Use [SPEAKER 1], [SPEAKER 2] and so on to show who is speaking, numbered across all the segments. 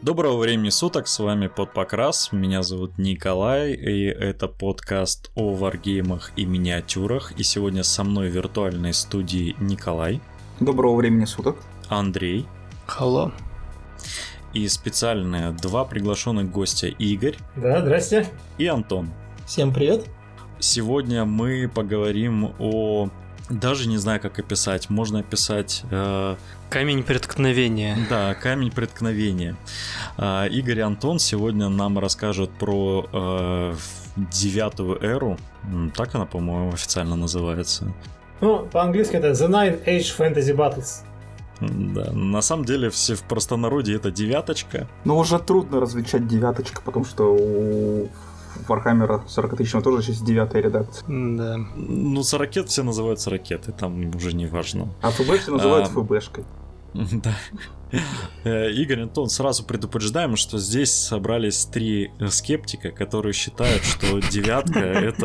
[SPEAKER 1] Доброго времени суток, с вами Подпокрас, меня зовут Николай, и это подкаст о варгеймах и миниатюрах, и сегодня со мной в виртуальной студии Николай.
[SPEAKER 2] Доброго времени суток.
[SPEAKER 1] Андрей.
[SPEAKER 3] Халло.
[SPEAKER 1] И специальные два приглашенных гостя Игорь.
[SPEAKER 4] Да, здрасте.
[SPEAKER 1] И Антон.
[SPEAKER 3] Всем привет.
[SPEAKER 1] Сегодня мы поговорим о... Даже не знаю, как описать. Можно описать...
[SPEAKER 3] Камень преткновения.
[SPEAKER 1] Да, камень преткновения. Игорь и Антон сегодня нам расскажут про 9-ю эру. Так она, по-моему, официально называется.
[SPEAKER 4] Ну, по-английски это The Nine Age Fantasy Battles.
[SPEAKER 1] Да, на самом деле все в простонародье это девяточка.
[SPEAKER 2] Но уже трудно различать девяточка, потому что у Вархаммера 40 тысяч тоже есть 9-я редакция.
[SPEAKER 3] Да.
[SPEAKER 1] Ну, с ракет все называются ракеты, там уже не важно.
[SPEAKER 2] А ФБ все называют ФБшкой.
[SPEAKER 1] Да. Игорь, Антон, сразу предупреждаем, что здесь собрались три скептика, которые считают, что девятка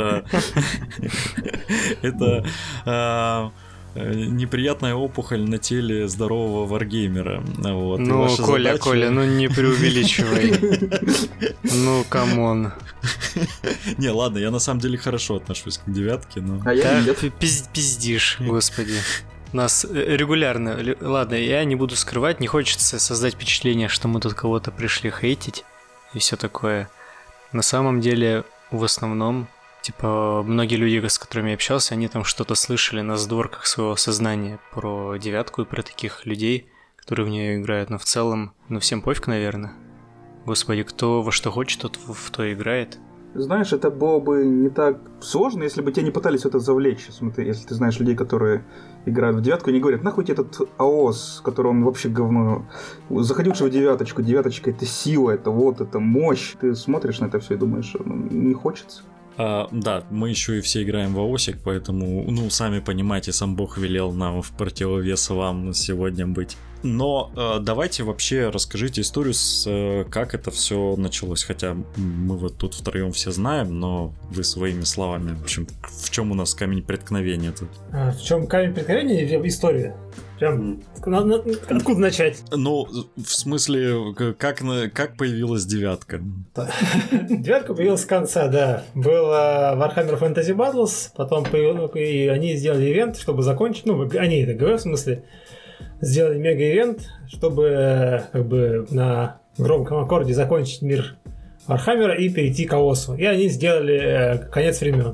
[SPEAKER 1] это неприятная опухоль на теле здорового варгеймера. Вот.
[SPEAKER 3] Ну, Коля,
[SPEAKER 1] задача...
[SPEAKER 3] Коля, ну не преувеличивай. Ну, камон.
[SPEAKER 1] Не, ладно, я на самом деле хорошо отношусь к девятке, но...
[SPEAKER 2] А я нет.
[SPEAKER 3] Пиздишь, господи. Нас регулярно... Ладно, я не буду скрывать, не хочется создать впечатление, что мы тут кого-то пришли хейтить и все такое. На самом деле, в основном, типа, многие люди, с которыми я общался, они там что-то слышали на задворках своего сознания про девятку и про таких людей, которые в нее играют. Но в целом, ну всем пофиг, наверное. Господи, кто во что хочет, тот в то играет.
[SPEAKER 2] Знаешь, это было бы не так сложно, если бы тебя не пытались это завлечь. Смотри, если ты знаешь людей, которые играют в девятку, они говорят, нахуй тебе этот АОС, который он вообще говно. Заходи лучше в девяточку. Девяточка — это сила, это вот, это мощь. Ты смотришь на это все и думаешь, не хочется.
[SPEAKER 1] Да, мы еще и все играем в АОСик, поэтому, ну, сами понимаете, сам Бог велел нам в противовес вам сегодня быть. Но давайте вообще расскажите историю, как это все началось. Хотя мы вот тут втроем все знаем, но вы своими словами. В общем, в чем у нас камень преткновения тут?
[SPEAKER 4] В чем камень преткновения? История. Прям откуда начать?
[SPEAKER 1] Ну, в смысле, как появилась девятка?
[SPEAKER 4] Девятка появилась с конца, да. Был Warhammer Fantasy Battles, потом и они сделали ивент, чтобы закончить. Ну, они, это ГВ в смысле. Сделали мега-ивент, чтобы как бы на громком аккорде закончить мир Вархаммера и перейти к АОСу. И они сделали конец времен.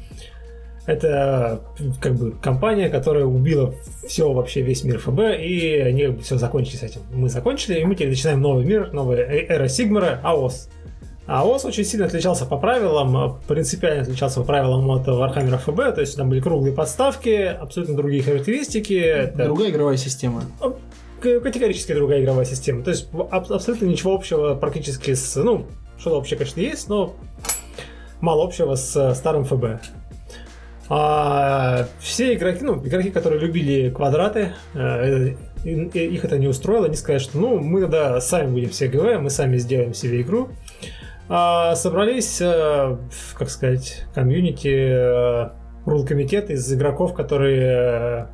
[SPEAKER 4] Это как бы компания, которая убила все вообще, весь мир ФБ, и они как бы все закончили с этим. Мы закончили, и мы теперь начинаем новый мир, новая эра Сигмара, АОС. АОС очень сильно отличался по правилам, принципиально отличался по правилам от Warhammer ФБ, то есть там были круглые подставки, абсолютно другие характеристики.
[SPEAKER 3] Другая игровая система.
[SPEAKER 4] Категорически другая игровая система. То есть абсолютно ничего общего практически с... Ну, что-то общее, конечно, есть, но мало общего с старым ФБ. Все игроки, которые любили квадраты, их это не устроило. Они сказали, что ну, мы тогда сами будем все ГВ, мы сами сделаем себе игру. Собрались, как сказать, комьюнити, рул-комитет из игроков, которые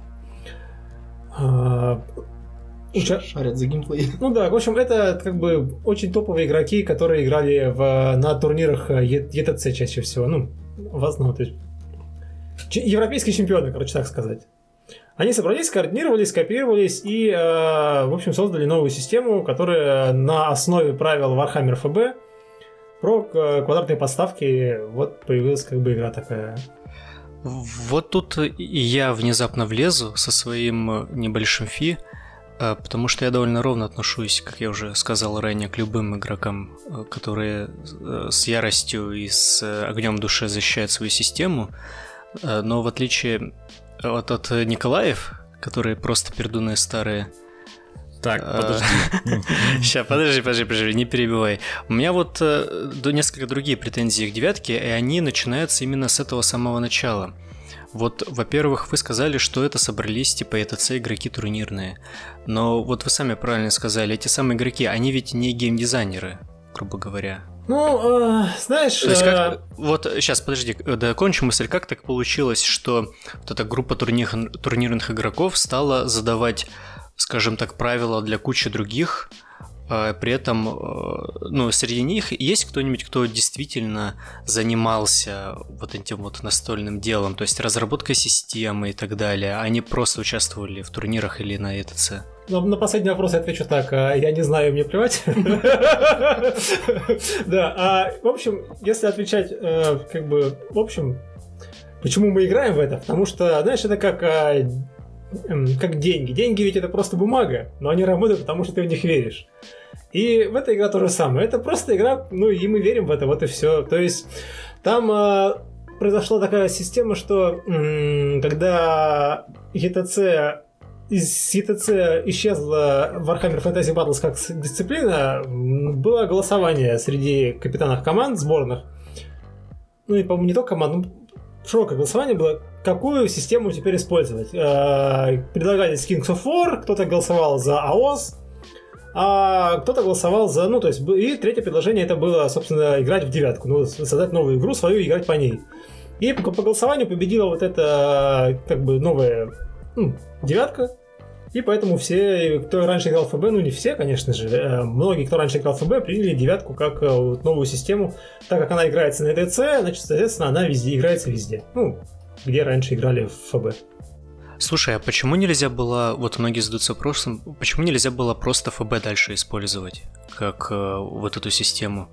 [SPEAKER 3] шарят за геймплей.
[SPEAKER 4] Ну да, в общем, это как бы очень топовые игроки, которые играли на турнирах ETC чаще всего. Ну, в основном, то есть европейские чемпионы, короче, так сказать. Они собрались, скоординировались, скопировались и, в общем, создали новую систему, которая на основе правил Warhammer ФБ про квадратные подставки. Вот появилась как бы игра такая.
[SPEAKER 3] Вот тут и я внезапно влезу со своим небольшим фи, потому что я довольно ровно отношусь, как я уже сказал ранее, к любым игрокам, которые с яростью и с огнем души защищают свою систему. Но в отличие от Николаев, которые просто пердуны старые.
[SPEAKER 1] Так, подожди.
[SPEAKER 3] Сейчас, подожди, не перебивай. У меня вот несколько другие претензии к девятке, и они начинаются именно с этого самого начала. Вот, во-первых, вы сказали, что это собрались типа ETC игроки турнирные. Но вот вы сами правильно сказали, эти самые игроки, они ведь не геймдизайнеры, грубо говоря.
[SPEAKER 4] Ну, знаешь...
[SPEAKER 3] То есть вот, сейчас, подожди, докончу мысль. Как так получилось, что вот эта группа турнирных игроков стала задавать, скажем так, правила для кучи других при этом, ну, среди них есть кто-нибудь, кто действительно занимался вот этим вот настольным делом, то есть разработкой системы и так далее, а не просто участвовали в турнирах или на ETC?
[SPEAKER 4] На последний вопрос я отвечу так: я не знаю, мне плевать. Да, в общем, если отвечать, как бы, в общем, почему мы играем в это? Потому что, знаешь, это как деньги. Деньги ведь это просто бумага, но они работают, потому что ты в них веришь. И в этой игре то же самое. Это просто игра, ну и мы верим в это, вот и все. То есть там произошла такая система, что когда ETC из ETC исчезла Warhammer Fantasy Battles как дисциплина, было голосование среди капитанов команд сборных. Ну и, по-моему, не только команд, но широкое голосование было, какую систему теперь использовать. Предлагались Kings of War, кто-то голосовал за AOS, а кто-то голосовал за... Ну, то есть, и третье предложение это было, собственно, играть в девятку. Ну, создать новую игру свою и играть по ней. И по голосованию победила вот эта, как бы, новая девятка. И поэтому все, кто раньше играл в ФБ, ну не все, конечно же, многие, кто раньше играл в ФБ, приняли девятку как новую систему. Так как она играется на ETC, значит, соответственно, она везде играется везде. Ну, где раньше играли в ФБ.
[SPEAKER 3] Слушай, а почему нельзя было, вот многие задаются вопросом, почему нельзя было просто ФБ дальше использовать, как вот эту систему?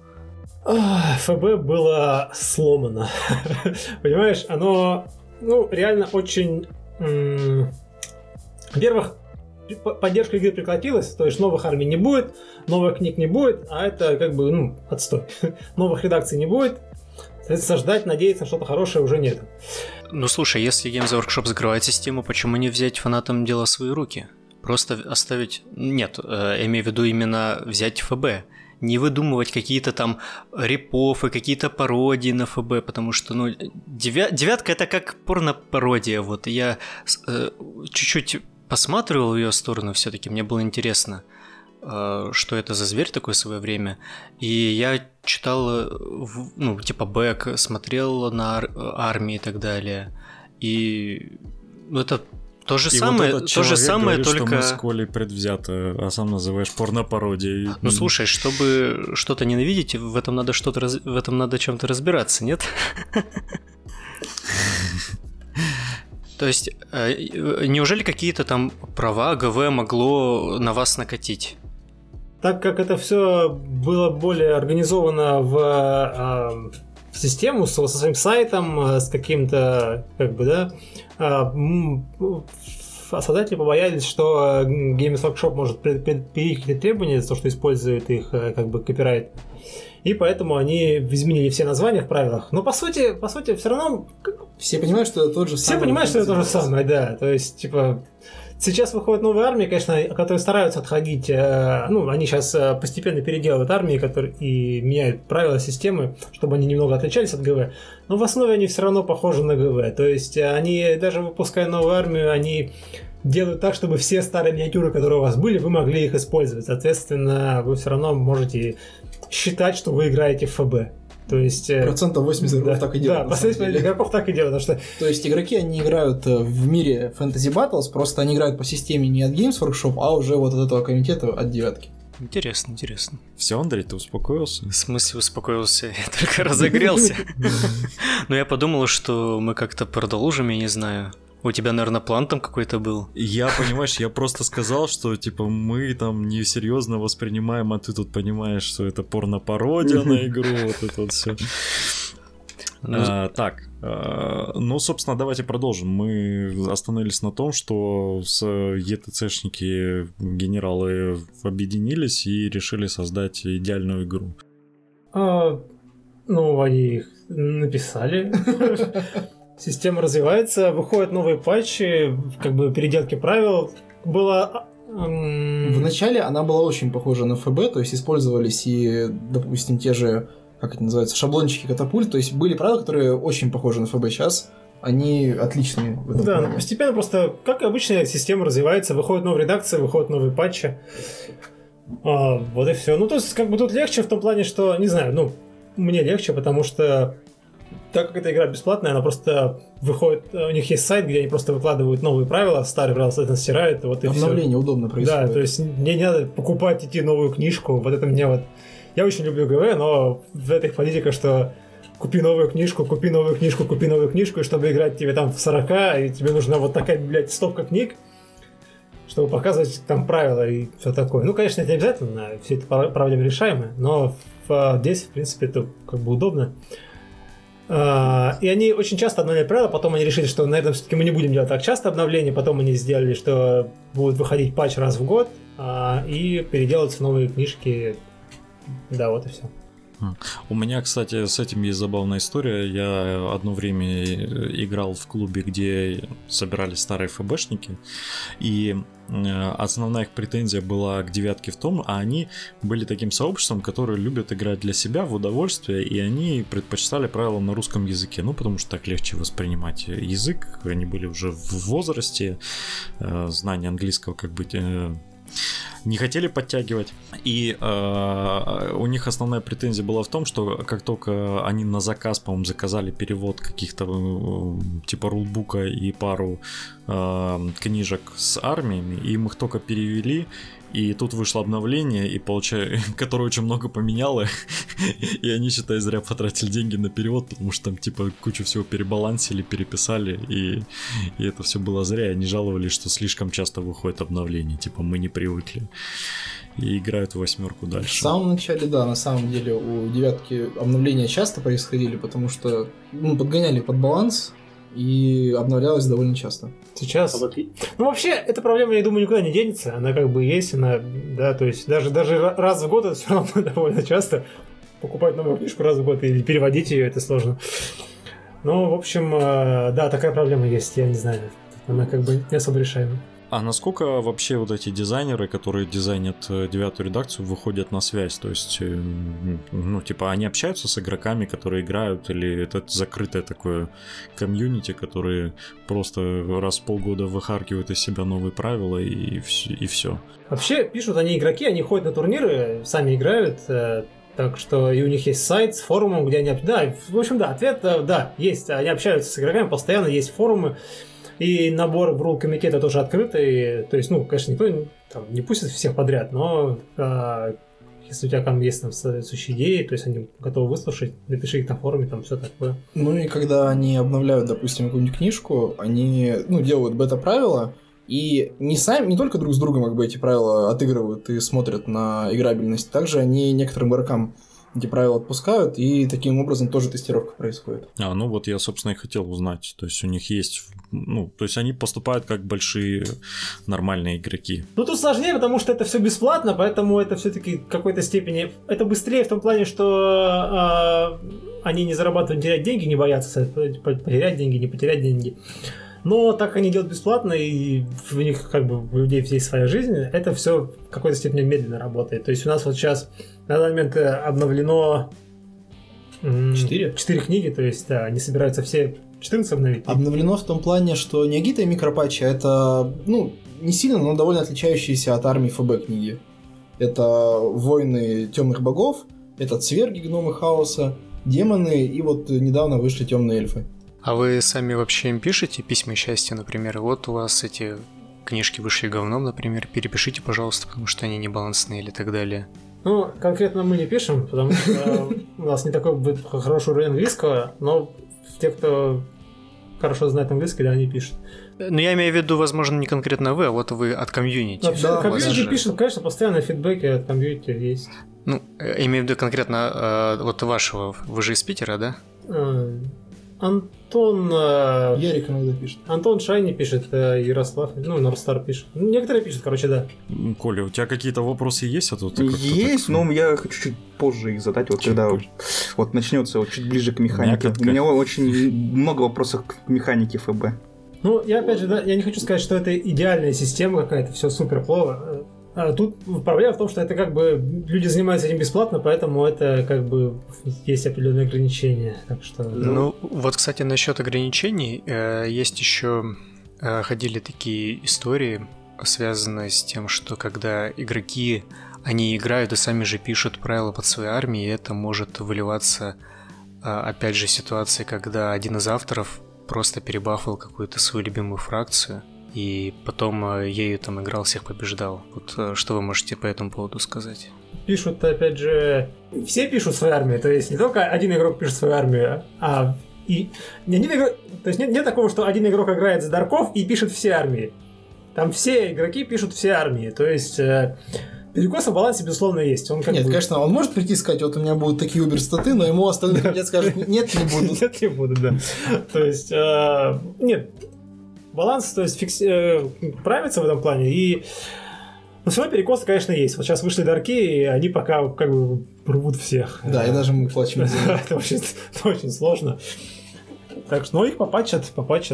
[SPEAKER 4] ФБ было сломано. Понимаешь, оно, ну, реально очень... Во-первых, поддержка игры прекратилась, то есть новых армий не будет, новых книг не будет, а это как бы, ну, отстой. Новых редакций не будет, соответственно, ждать, надеяться на что-то хорошее уже нет.
[SPEAKER 3] Ну, слушай, если Games Workshop закрывает систему, почему не взять фанатам дело в свои руки? Просто оставить... Нет, я имею в виду именно взять ФБ. Не выдумывать какие-то там репофы, какие-то пародии на ФБ, потому что, ну, девятка это как порно-пародия. Вот я чуть-чуть посматривал в ее сторону все-таки, мне было интересно, что это за зверь такой в свое время. И я читал, ну, типа бэк, смотрел на армии и так далее. И ну, это то же самое,
[SPEAKER 1] вот то же самое, говорит,
[SPEAKER 3] только...
[SPEAKER 1] что мы с Колей предвзято, а сам называешь порно-пародией.
[SPEAKER 3] Ну слушай, чтобы что-то ненавидеть, в этом надо в этом надо чем-то разбираться, нет? То есть, неужели какие-то там права ГВ могло на вас накатить?
[SPEAKER 4] Так как это все было более организовано в систему со своим сайтом, с каким-то, как бы, да, создатели побоялись, что Games Workshop может перекрыть требования за то, что использует их, как бы, копирайт. И поэтому они изменили все названия в правилах. Но по сути, все равно...
[SPEAKER 5] Все понимают, что это тот же самый.
[SPEAKER 4] Все понимают, что это то же самое, да. То есть, типа... Сейчас выходят новые армии, конечно, которые стараются отходить, ну, они сейчас постепенно переделывают армии, которые и меняют правила системы, чтобы они немного отличались от ГВ, но в основе они все равно похожи на ГВ, то есть они, даже выпуская новую армию, они делают так, чтобы все старые миниатюры, которые у вас были, вы могли их использовать, соответственно, вы все равно можете считать, что вы играете в ФБ. То есть...
[SPEAKER 5] 80% игроков так и делают.
[SPEAKER 4] Да, последовательно игроков так и делают. Что...
[SPEAKER 5] То есть игроки, они играют в мире Fantasy Battles, просто они играют по системе не от Games Workshop, а уже вот от этого комитета, от девятки.
[SPEAKER 3] Интересно, интересно.
[SPEAKER 1] Все, Андрей, ты успокоился?
[SPEAKER 3] В смысле успокоился? Я только разогрелся. Но я подумал, что мы как-то продолжим, я не знаю. У тебя, наверное, план там какой-то был.
[SPEAKER 1] Я, понимаешь, я просто сказал, что, типа, мы там несерьезно воспринимаем, а ты тут понимаешь, что это порно-пародия на игру, вот это вот все. Так, ну, собственно, давайте продолжим. Мы остановились на том, что ETC-шники, генералы объединились и решили создать идеальную игру.
[SPEAKER 4] Ну, они их написали. Система развивается, выходят новые патчи, как бы переделки правил. Было...
[SPEAKER 5] Вначале она была очень похожа на ФБ, то есть использовались и, допустим, те же, как это называется, шаблончики катапульт, то есть были правила, которые очень похожи на ФБ. Сейчас они отличные.
[SPEAKER 4] Да, постепенно просто, как обычно, система развивается, выходит новая редакция, выходят новые патчи. Вот и все. Ну, то есть, как бы тут легче в том плане, что, не знаю, ну, мне легче, потому что так как эта игра бесплатная, она просто выходит, у них есть сайт, где они просто выкладывают новые правила, старые правила, соответственно, стирают, вот и
[SPEAKER 5] Обновление
[SPEAKER 4] всё.
[SPEAKER 5] удобно происходит.
[SPEAKER 4] Да, то есть мне не надо покупать, идти новую книжку, вот это мне вот... Я очень люблю ГВ, но в этой политика, что купи новую книжку, купи новую книжку, купи новую книжку, и чтобы играть тебе там в 40, и тебе нужна вот такая, блядь, стопка книг, чтобы показывать там правила и все такое. Ну, конечно, это не обязательно, все это проблемы решаемые, но здесь, в принципе, это как бы удобно. И они очень часто обновляли правила, потом они решили, что, наверное, все-таки мы не будем делать так часто обновления, потом они сделали, что будет выходить патч раз в год, и переделываются новые книжки. Да, вот и все.
[SPEAKER 1] У меня, кстати, с этим есть забавная история. Я одно время играл в клубе, где собирали старые ФБшники, и основная их претензия была к девятке в том, а они были таким сообществом, которые любят играть для себя в удовольствие, и они предпочитали правила на русском языке, ну, потому что так легче воспринимать язык, они были уже в возрасте, знание английского как бы... не хотели подтягивать. И у них основная претензия была в том, что как только они на заказ, по-моему, заказали перевод каких-то типа рулбука и пару книжек с армиями, им их только перевели, и тут вышло обновление, и которое очень много поменяло, и они, считай, зря потратили деньги на перевод, потому что там типа кучу всего перебалансили, переписали, и это все было зря, и они жаловались, что слишком часто выходит обновление, типа мы не привыкли, и играют в 8 дальше.
[SPEAKER 5] В самом начале, да, на самом деле у девятки обновления часто происходили, потому что подгоняли под баланс, и обновлялась довольно часто.
[SPEAKER 4] Сейчас. Ну, вообще, эта проблема, я думаю, никуда не денется. Она как бы есть, она, да, то есть даже раз в год это все равно довольно часто. Покупать новую книжку раз в год или переводить ее, это сложно. Но, в общем, да, такая проблема есть, я не знаю. Она как бы не особо решаема.
[SPEAKER 1] А насколько вообще вот эти дизайнеры, которые дизайнят девятую редакцию, выходят на связь? То есть, ну, типа, они общаются с игроками, которые играют, или это закрытое такое комьюнити, которые просто раз в полгода выхаркивают из себя новые правила и все?
[SPEAKER 4] Вообще, пишут они игроки, они ходят на турниры, сами играют, так что и у них есть сайт с форумом, где они... Да, в общем, да, ответ, да, есть. Они общаются с игроками, постоянно есть форумы. И набор в рул-комитета тоже открытый. То есть, ну, конечно, никто там не пустит всех подряд, но если у тебя там есть там соответствующие идеи, то есть они готовы выслушать, напиши их на форуме, там все такое.
[SPEAKER 5] Ну и когда они обновляют, допустим, какую-нибудь книжку, они, делают бета-правила, и не только друг с другом как бы эти правила отыгрывают и смотрят на играбельность, также они некоторым игрокам эти правила отпускают, и таким образом тоже тестировка происходит.
[SPEAKER 1] Ну вот я, собственно, и хотел узнать. То есть у них есть... Ну, то есть они поступают как большие нормальные игроки.
[SPEAKER 4] Ну, тут сложнее, потому что это все бесплатно, поэтому это все-таки в какой-то степени... Это быстрее в том плане, что они не зарабатывают, терять деньги, не боятся потерять деньги, не потерять деньги. Но так как они делают бесплатно, и у них как бы у людей есть своя жизнь, это все в какой-то степени медленно работает. То есть у нас вот сейчас на данный момент обновлено 4 книги, то есть да, они собираются все 14 обновить.
[SPEAKER 5] Обновлено в том плане, что не агита и микропатчи, а это, не сильно, но довольно отличающиеся от армии ФБ книги. Это войны темных богов, это цверги, гномы хаоса, демоны, и вот недавно вышли темные эльфы.
[SPEAKER 3] А вы сами вообще им пишете письма счастья, например? Вот у вас эти книжки вышли говном, например, перепишите, пожалуйста, потому что они не балансные или так далее.
[SPEAKER 4] Ну, конкретно мы не пишем, потому что у нас не такой хороший уровень английского, но те, кто хорошо знает английский, да, они пишут.
[SPEAKER 3] Ну, я имею в виду, возможно, не конкретно вы, а вот вы от комьюнити.
[SPEAKER 4] Да, комьюнити пишут, конечно, постоянно фидбэки от комьюнити есть.
[SPEAKER 3] Ну, я имею в виду конкретно вот вашего, вы же из Питера, да?
[SPEAKER 4] Антон...
[SPEAKER 5] Ярик иногда пишет.
[SPEAKER 4] Антон Шайни пишет, Ярослав, Норстар пишет. Некоторые пишут, короче, да.
[SPEAKER 1] Коля, у тебя какие-то вопросы есть? А тут
[SPEAKER 2] есть, но я хочу чуть позже их задать, вот когда вот начнется вот чуть ближе к механике. У меня очень много вопросов к механике ФБ.
[SPEAKER 4] Ну, я опять же, да, я не хочу сказать, что это идеальная система какая-то, все супер плохо. Тут проблема в том, что это как бы люди занимаются этим бесплатно, поэтому это как бы есть определенные ограничения. Так что,
[SPEAKER 3] Ну, вот, кстати, насчет ограничений, есть еще ходили такие истории, связанные с тем, что когда игроки, они играют и сами же пишут правила под свои армии, и это может выливаться опять же, ситуации, когда один из авторов просто перебафал какую-то свою любимую фракцию, и потом ею там играл, всех побеждал. Вот что вы можете по этому поводу сказать?
[SPEAKER 4] Пишут, опять же, все пишут свою армию, то есть не только один игрок пишет свою армию, а и не один игрок, то есть нет такого, что один игрок играет за Дарков и пишет все армии. Там все игроки пишут все армии, то есть перекос в балансе, безусловно, есть. Он
[SPEAKER 5] Нет, конечно, он может прийти и сказать, вот у меня будут такие убер-статы, но ему остальные комитет скажут, нет, не буду.
[SPEAKER 4] Нет, не буду, да. То есть, нет, баланс, то есть, правится в этом плане, и но все равно перекосы, конечно, есть. Вот сейчас вышли Дарки, и они пока как бы рвут всех.
[SPEAKER 5] Да, и даже мы плачем.
[SPEAKER 4] Это очень сложно. Так что, ну, их попатчат.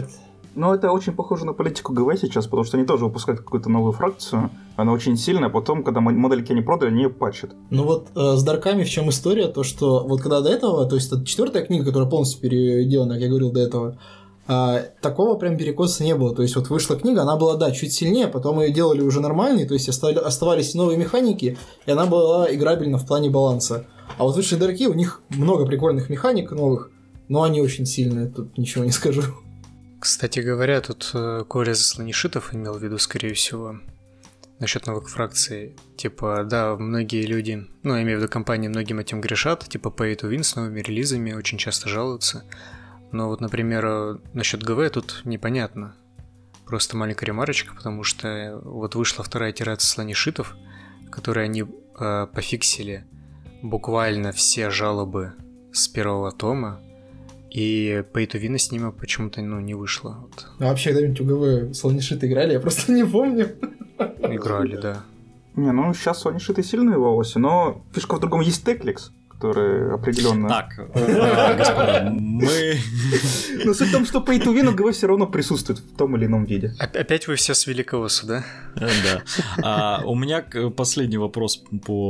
[SPEAKER 2] Но это очень похоже на политику ГВ сейчас, потому что они тоже выпускают какую-то новую фракцию, она очень сильная, а потом, когда модельки они продали, они ее патчат.
[SPEAKER 5] Ну вот с Дарками в чем история, то что вот когда до этого, то есть это 4-я книга, которая полностью переделана, как я говорил до этого, такого прям перекоса не было. То есть вот вышла книга, она была, да, чуть сильнее, потом ее делали уже нормальной, то есть оставались новые механики, и она была играбельна в плане баланса. А вот вышли Дарки, у них много прикольных механик новых, но они очень сильные, тут ничего не скажу.
[SPEAKER 3] Кстати говоря, тут Коля Заслонишитов имел в виду, скорее всего, насчет новых фракций. Типа, да, многие люди, ну, я имею в виду компании, многим этим грешат, типа Pay to Win с новыми релизами, очень часто жалуются. Но вот, например, насчет ГВ тут непонятно. Просто маленькая ремарочка, потому что вот вышла 2-я итерация слонишитов, в которой они пофиксили буквально все жалобы с 1-го тома, и Pay to Win с ними почему-то, ну, не вышло. Вот.
[SPEAKER 5] А вообще, когда-нибудь у ГВ слонишиты играли? Я просто не помню.
[SPEAKER 3] Играли, да.
[SPEAKER 2] Не, ну сейчас слонишиты сильные в АОСе, но фишка в другом, есть Текликс, который определенно...
[SPEAKER 1] Так, господа, мы...
[SPEAKER 2] Но суть в том, что Pay to Win у ГВ все равно присутствует в том или ином виде.
[SPEAKER 3] Опять вы все с Великого Суда?
[SPEAKER 1] Да. У меня последний вопрос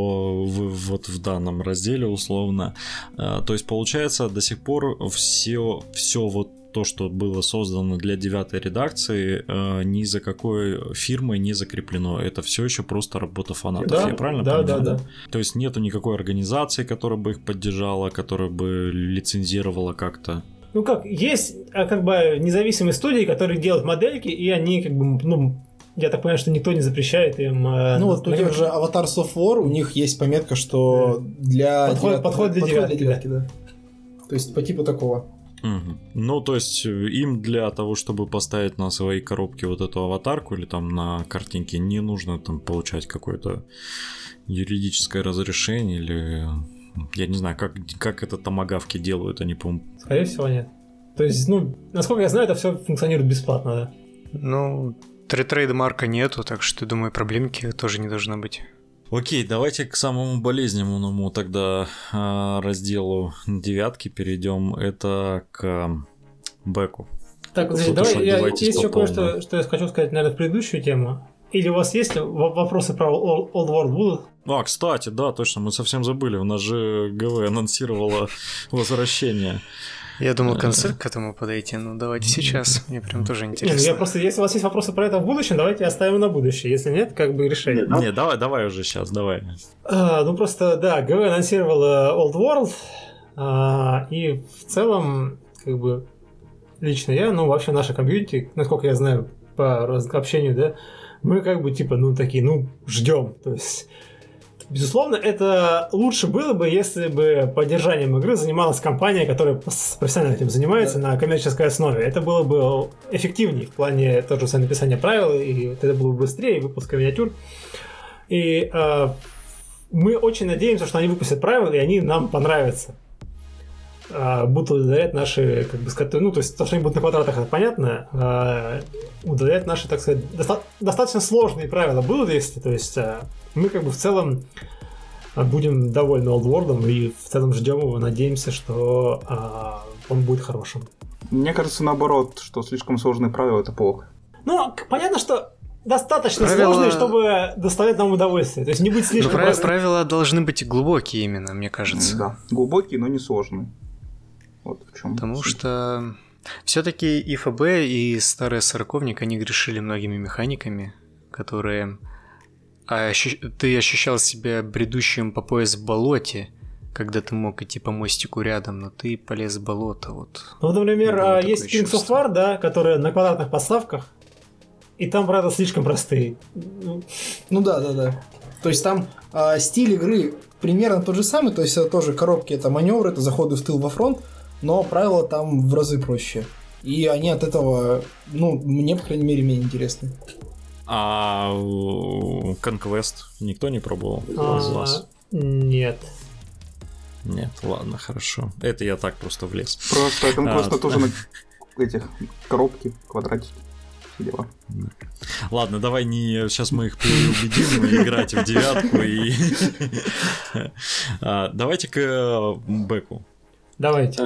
[SPEAKER 1] вот в данном разделе, условно. То есть, получается, до сих пор все вот то, что было создано для 9-й редакции, ни за какой фирмой не закреплено. Это все еще просто работа фанатов.
[SPEAKER 4] Да,
[SPEAKER 1] я правильно понимаю?
[SPEAKER 4] Да.
[SPEAKER 1] То есть нету никакой организации, которая бы их поддержала, которая бы лицензировала как-то.
[SPEAKER 4] Ну как, есть как бы независимые студии, которые делают модельки, и они как бы, ну, я так понимаю, что никто не запрещает им...
[SPEAKER 5] Ну вот у тех же Avatars of War, у них есть пометка, что для...
[SPEAKER 4] Подходит для девятки,
[SPEAKER 5] да. То есть по типу такого.
[SPEAKER 1] Угу. Ну, то есть им для того, чтобы поставить на свои коробки вот эту аватарку или там на картинке, не нужно там получать какое-то юридическое разрешение или... Я не знаю, как это томагавки делают, они, по-моему...
[SPEAKER 4] Скорее всего, нет. То есть, ну, насколько я знаю, это все функционирует бесплатно, да?
[SPEAKER 3] Ну, трейдмарка нету, так что, думаю, проблемки тоже не должно быть.
[SPEAKER 1] Окей, давайте к самому болезненному тогда разделу 9 перейдем. Это к бэку.
[SPEAKER 4] Так, давай, есть еще кое-что, что я хочу сказать, наверное, в предыдущую тему. Или у вас есть вопросы про Old World будут?
[SPEAKER 1] А, кстати, да, точно, мы совсем забыли. У нас же ГВ анонсировало возвращение.
[SPEAKER 3] Я думал, концерт к этому подойти, но давайте сейчас. Мне прям тоже интересно.
[SPEAKER 4] Нет, я просто, если у вас есть вопросы про это в будущем, давайте оставим на будущее. Если нет, как бы решение.
[SPEAKER 1] Не, давай уже сейчас, давай.
[SPEAKER 4] Ну просто, да, ГВ анонсировала Old World, и в целом, как бы, лично я, ну вообще наша комьюнити, насколько я знаю по общению, да, мы как бы типа, ну такие, ну ждем, то есть... Безусловно, это лучше было бы, если бы поддержанием игры занималась компания, которая профессионально этим занимается на коммерческой основе. Это было бы эффективнее в плане того же написания правил, и это было бы быстрее, выпуска миниатюр. И мы очень надеемся, что они выпустят правила, и они нам понравятся. Будут удовлетворять наши, как бы, ну, то есть то, что они будут на квадратах, это понятно, удовлетворять наши, так сказать, достаточно сложные правила будут, если, то есть мы как бы в целом будем довольны Old World и в целом ждем его, надеемся, что он будет хорошим.
[SPEAKER 2] Мне кажется, наоборот, что слишком сложные правила — это плохо.
[SPEAKER 4] Ну, понятно, что достаточно сложные, чтобы доставлять нам удовольствие. То есть не быть слишком простым.
[SPEAKER 3] Правила должны быть глубокие именно, мне кажется.
[SPEAKER 2] Да, глубокие, но не сложные. Вот в чем.
[SPEAKER 3] Потому что все-таки и ФБ, и старый Сороковник, они грешили многими механиками, которые... ты ощущал себя бредущим по пояс в болоте, когда ты мог идти по мостику рядом, но ты полез в болото. Вот.
[SPEAKER 4] Ну, например,
[SPEAKER 3] Было
[SPEAKER 4] есть
[SPEAKER 3] такое
[SPEAKER 4] Kings of
[SPEAKER 3] чувство.
[SPEAKER 4] War, да, которые на квадратных подставках, и там, правда, слишком простые.
[SPEAKER 5] Ну да. То есть там стиль игры примерно тот же самый, то есть это тоже коробки, это маневры, это заходы в тыл во фронт, но правила там в разы проще. И они от этого, ну, мне, по крайней мере, менее интересны.
[SPEAKER 1] А Conquest никто не пробовал из вас?
[SPEAKER 4] Нет.
[SPEAKER 1] Нет, ладно, хорошо. Это я так просто влез.
[SPEAKER 2] Просто Conquest тоже на этих коробки, квадратики. Все дела.
[SPEAKER 1] Ладно, давай не... Сейчас мы их переубедим играть в девятку и... Давайте к Беку.
[SPEAKER 4] Давайте.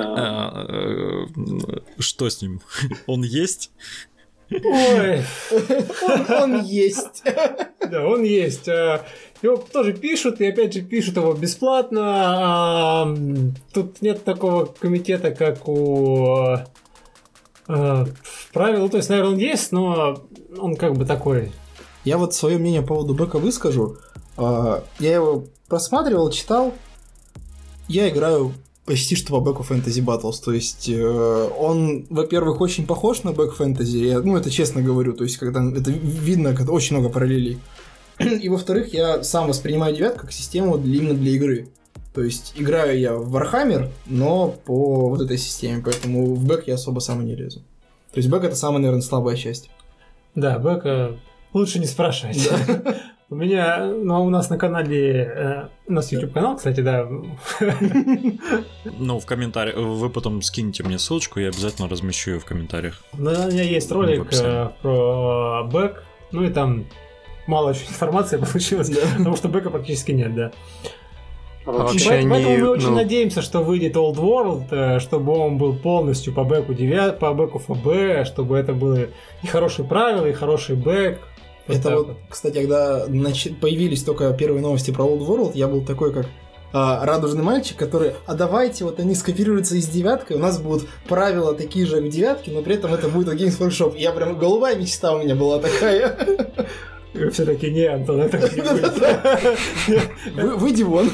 [SPEAKER 1] Что с ним? Он есть?
[SPEAKER 4] Ой,
[SPEAKER 5] Он есть.
[SPEAKER 4] да, он есть. Его тоже пишут, и опять же пишут его бесплатно. Тут нет такого комитета, как у правил. То есть, наверное, он есть, но он как бы такой.
[SPEAKER 5] Я вот свое мнение по поводу Бека выскажу. Я его просматривал, читал. Я играю почти что по Back of Fantasy Battles. То есть он, во-первых, очень похож на Back Fantasy. Ну, это честно говорю. То есть, когда это видно, когда очень много параллелей. И, во-вторых, я сам воспринимаю девятку как систему именно для игры. То есть, играю я в Warhammer, но по вот этой системе. Поэтому в Back я особо сам и не лезу. То есть, Back это самая, наверное, слабая часть.
[SPEAKER 4] Да, Бека лучше не спрашивать. У меня, ну, у нас на канале, у нас YouTube канал, кстати, да.
[SPEAKER 1] Ну, в комментариях. Вы потом скиньте мне ссылочку, я обязательно размещу ее в комментариях.
[SPEAKER 4] У меня есть ролик про Бэк, ну и там мало очень информации получилось, потому что Бэка практически нет, да. Поэтому мы очень надеемся, что выйдет Old World, чтобы он был полностью по Бэку 9, по Бэку ФБ, чтобы это были и хорошие правила, и хороший Бэк.
[SPEAKER 5] Это вот, кстати, когда появились только первые новости про Old World, я был такой, как радужный мальчик, который, а давайте вот они скопируются из девяткой, у нас будут правила такие же, как в девятке, но при этом это будет Games Workshop. Я прям, голубая мечта у меня была такая.
[SPEAKER 4] И все таки не, Антон, это не будет.
[SPEAKER 5] Выйди вон.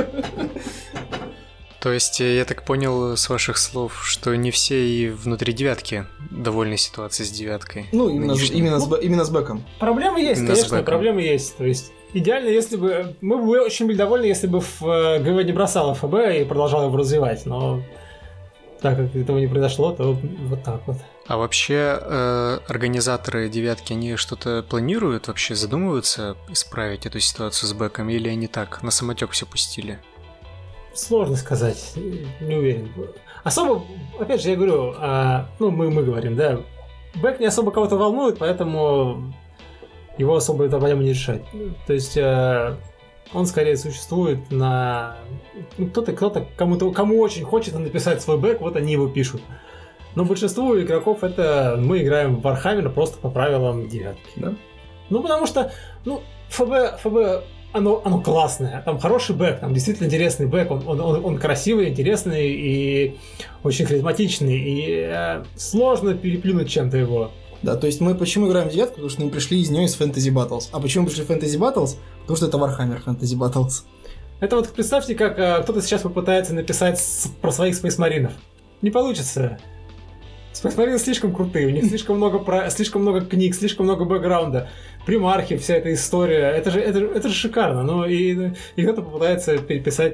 [SPEAKER 3] То есть, я так понял с ваших слов, что не все и внутри девятки довольны ситуацией с девяткой.
[SPEAKER 5] Ну, именно с Бэком.
[SPEAKER 4] Проблемы есть,
[SPEAKER 3] Именно с
[SPEAKER 4] конечно,
[SPEAKER 3] Бэком.
[SPEAKER 4] проблемы есть. То есть, идеально, если бы... Мы бы очень были довольны, если бы ГВ не бросало ФБ и продолжало его развивать, но так как этого не произошло, то вот так вот.
[SPEAKER 3] А вообще, организаторы девятки, они что-то планируют вообще, задумываются исправить эту ситуацию с Бэком, или они так, на самотек все пустили?
[SPEAKER 4] Сложно сказать, не уверен. Особо, опять же, я говорю, ну, мы говорим, да, Бэк не особо кого-то волнует, поэтому его особо эта проблема не решает. То есть он скорее существует на... Ну, кто-то, кому очень хочется написать свой Бэк, вот они его пишут. Но большинству игроков это мы играем в Warhammer просто по правилам девятки.
[SPEAKER 5] Да?
[SPEAKER 4] Ну, потому что, ну, ФБ оно классное, там хороший бэк, там действительно интересный бэк, он красивый, интересный и очень харизматичный, и сложно переплюнуть чем-то его.
[SPEAKER 5] Да, то есть мы почему играем в девятку? Потому что мы пришли из нее из Fantasy Battles. А почему пришли в Fantasy Battles? Потому что это Warhammer Fantasy Battles.
[SPEAKER 4] Это вот представьте, как кто-то сейчас попытается написать про своих Space Marines. Не получится. Space Marines слишком крутые, у них слишком много книг, слишком много бэкграунда. Примархи, вся эта история, это же шикарно. Ну и кто-то попытается переписать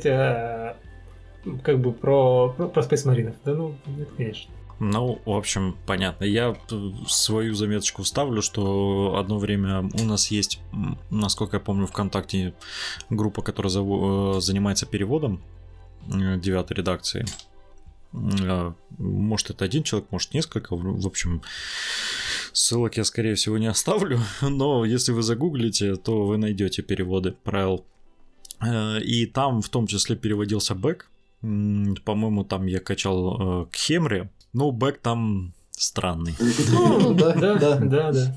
[SPEAKER 4] как бы про Space Marines. Да ну, это конечно.
[SPEAKER 1] Ну, в общем, понятно. Я свою заметочку вставлю, что одно время у нас есть, насколько я помню, ВКонтакте группа, которая занимается переводом 9-й редакции. Может, это один человек, может, несколько. В общем, ссылок я, скорее всего, не оставлю. Но если вы загуглите, то вы найдете переводы правил. И там в том числе переводился Бэк. По-моему, там я качал к Хемре. Но Бэк там странный.
[SPEAKER 5] Да.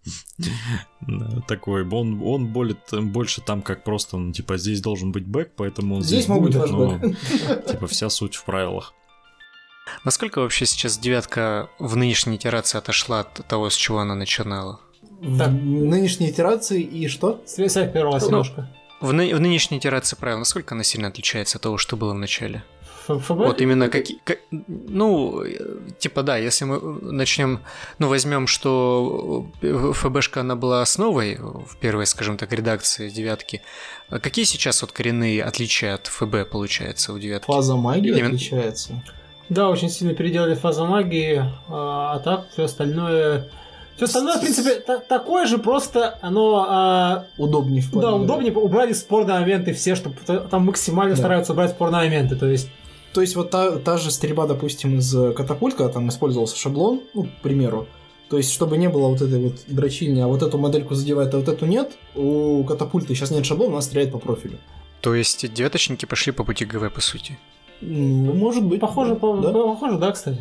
[SPEAKER 1] Такой, он больше там как просто, ну, типа, здесь должен быть Бэк, поэтому он
[SPEAKER 5] здесь может быть ваш
[SPEAKER 1] но,
[SPEAKER 5] Бэк.
[SPEAKER 1] типа, вся суть в правилах.
[SPEAKER 3] Насколько вообще сейчас девятка в нынешней итерации отошла от того, с чего она начинала?
[SPEAKER 5] В нынешней итерации и что?
[SPEAKER 4] Связь первого семёшка.
[SPEAKER 3] в нынешней итерации правил, насколько она сильно отличается от того, что было в начале?
[SPEAKER 4] ФБ?
[SPEAKER 3] Вот именно какие... Ну, типа, да, если мы начнем... Ну, возьмем, что ФБшка, она была основой в первой, скажем так, редакции девятки. Какие сейчас вот коренные отличия от ФБ, получается, у девятки?
[SPEAKER 5] Фаза магии отличается.
[SPEAKER 4] Да, очень сильно переделали фазу магии, а так все остальное... Все остальное, в принципе, такое же, просто оно...
[SPEAKER 5] удобнее в плане.
[SPEAKER 4] Да, удобнее. Убрали спорные моменты все, чтобы там максимально стараются убрать спорные моменты, то есть...
[SPEAKER 5] То есть вот та же стрельба, допустим, из катапульт, когда там использовался шаблон, ну, к примеру, то есть чтобы не было вот этой вот дрочильни, а вот эту модельку задевает, а вот эту нет, у катапульты сейчас нет шаблона, она стреляет по профилю.
[SPEAKER 3] То есть девяточники пошли по пути ГВ, по сути?
[SPEAKER 5] Ну, может быть.
[SPEAKER 4] Похоже, да, кстати.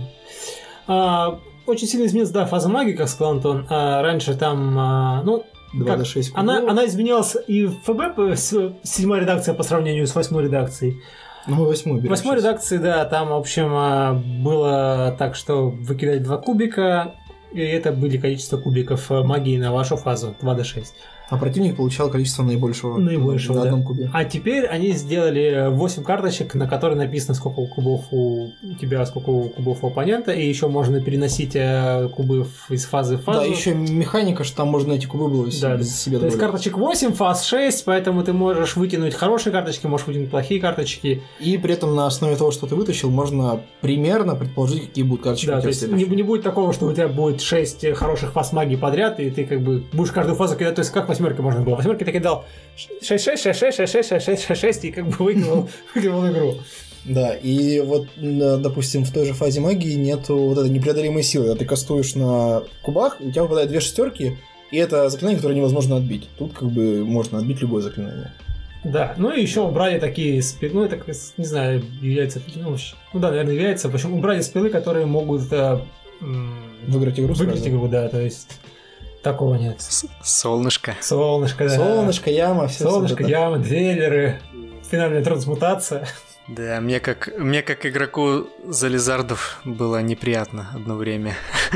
[SPEAKER 4] Очень сильно изменилась, да, фаза магии, как сказал Антон. Раньше там,
[SPEAKER 5] 2D6
[SPEAKER 4] она изменялась и в ФБ, 7-я редакция по сравнению с 8-й редакцией.
[SPEAKER 5] Ну, мы 8-ю берем.
[SPEAKER 4] В 8-й редакции, да, там, в общем, было так, что вы кидали 2 кубика, и это были количество кубиков магии на вашу фазу, 2d6.
[SPEAKER 5] А противник получал количество наибольшего на одном кубе.
[SPEAKER 4] А теперь они сделали 8 карточек, на которые написано, сколько кубов у тебя, сколько кубов у оппонента, и еще можно переносить кубы из фазы в фазу.
[SPEAKER 5] Да, еще механика, что там можно эти кубы было себе добавить.
[SPEAKER 4] То есть карточек 8, фаз 6, поэтому ты можешь вытянуть хорошие карточки, можешь вытянуть плохие карточки.
[SPEAKER 5] И при этом на основе того, что ты вытащил, можно примерно предположить, какие будут карточки.
[SPEAKER 4] Да, то есть не будет такого, что у тебя будет 6 хороших фаз магии подряд, и ты как бы будешь каждую фазу кидать, то есть как восьмерки можно было. Восьмерки ты кидал 6-6, 6-6, 6-6, 6-6, 6-6 и как бы выигрывал игру.
[SPEAKER 5] Да, и вот, допустим, в той же фазе магии нету вот этой непреодолимой силы. Когда ты кастуешь на кубах, у тебя выпадает 2 шестерки, и это заклинание, которое невозможно отбить. Тут как бы можно отбить любое заклинание.
[SPEAKER 4] Да, ну и еще убрали такие спилы, ну это, не знаю, является, ну да, наверное, является, в общем, убрали спилы, которые могут
[SPEAKER 5] выиграть игру.
[SPEAKER 4] Выиграть игру, да, то есть такого нет.
[SPEAKER 3] Солнышко.
[SPEAKER 4] Солнышко, да.
[SPEAKER 5] Солнышко, яма, все.
[SPEAKER 4] Солнышко, яма, двейлеры, финальная трансмутация.
[SPEAKER 3] Да, мне как игроку за Лизардов было неприятно одно время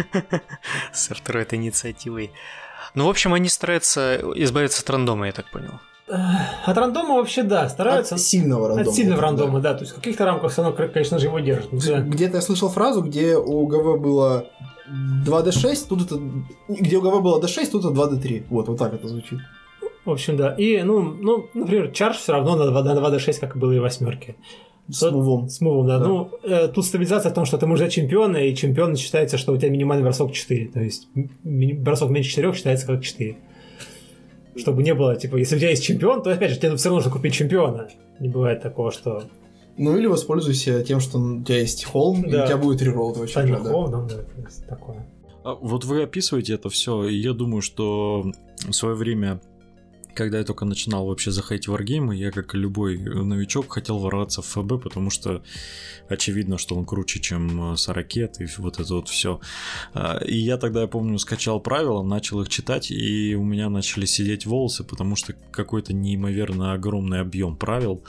[SPEAKER 3] со второй этой инициативой. Ну, в общем, они стараются избавиться от рандома, я так понял.
[SPEAKER 4] От рандома вообще, да, стараются.
[SPEAKER 5] От сильного рандома.
[SPEAKER 4] От сильного рандома, да. То есть в каких-то рамках все равно, конечно же, его держат. Да.
[SPEAKER 5] Где-то я слышал фразу, где у ГВ было 2D6, тут это... Где у ГВ было D6, тут это 2D3. Вот так это звучит.
[SPEAKER 4] В общем, да. И, например, чардж все равно на 2D6, как и было и в восьмерке.
[SPEAKER 5] С мувом.
[SPEAKER 4] С мувом, да. Ну, тут стабилизация в том, что ты можешь взять чемпиона, и чемпион считается, что у тебя минимальный бросок 4. То есть бросок меньше 4 считается как 4. Чтобы не было, типа, если у тебя есть чемпион, то, опять же, тебе все равно нужно купить чемпиона. Не бывает такого, что...
[SPEAKER 5] Ну, или воспользуйся тем, что у тебя есть холм, да. И у тебя будет реролл этого чемпиона.
[SPEAKER 4] Да, холм, да, то есть такое.
[SPEAKER 1] Вот вы описываете это все, и я думаю, что в свое время, когда я только начинал вообще заходить в варгеймы, я, как и любой новичок, хотел ворваться в ФБ, потому что очевидно, что он круче, чем Сорокет, и вот это вот все. И я тогда, я помню, скачал правила, начал их читать, и у меня начали сидеть волосы, потому что какой-то неимоверно огромный объем правил.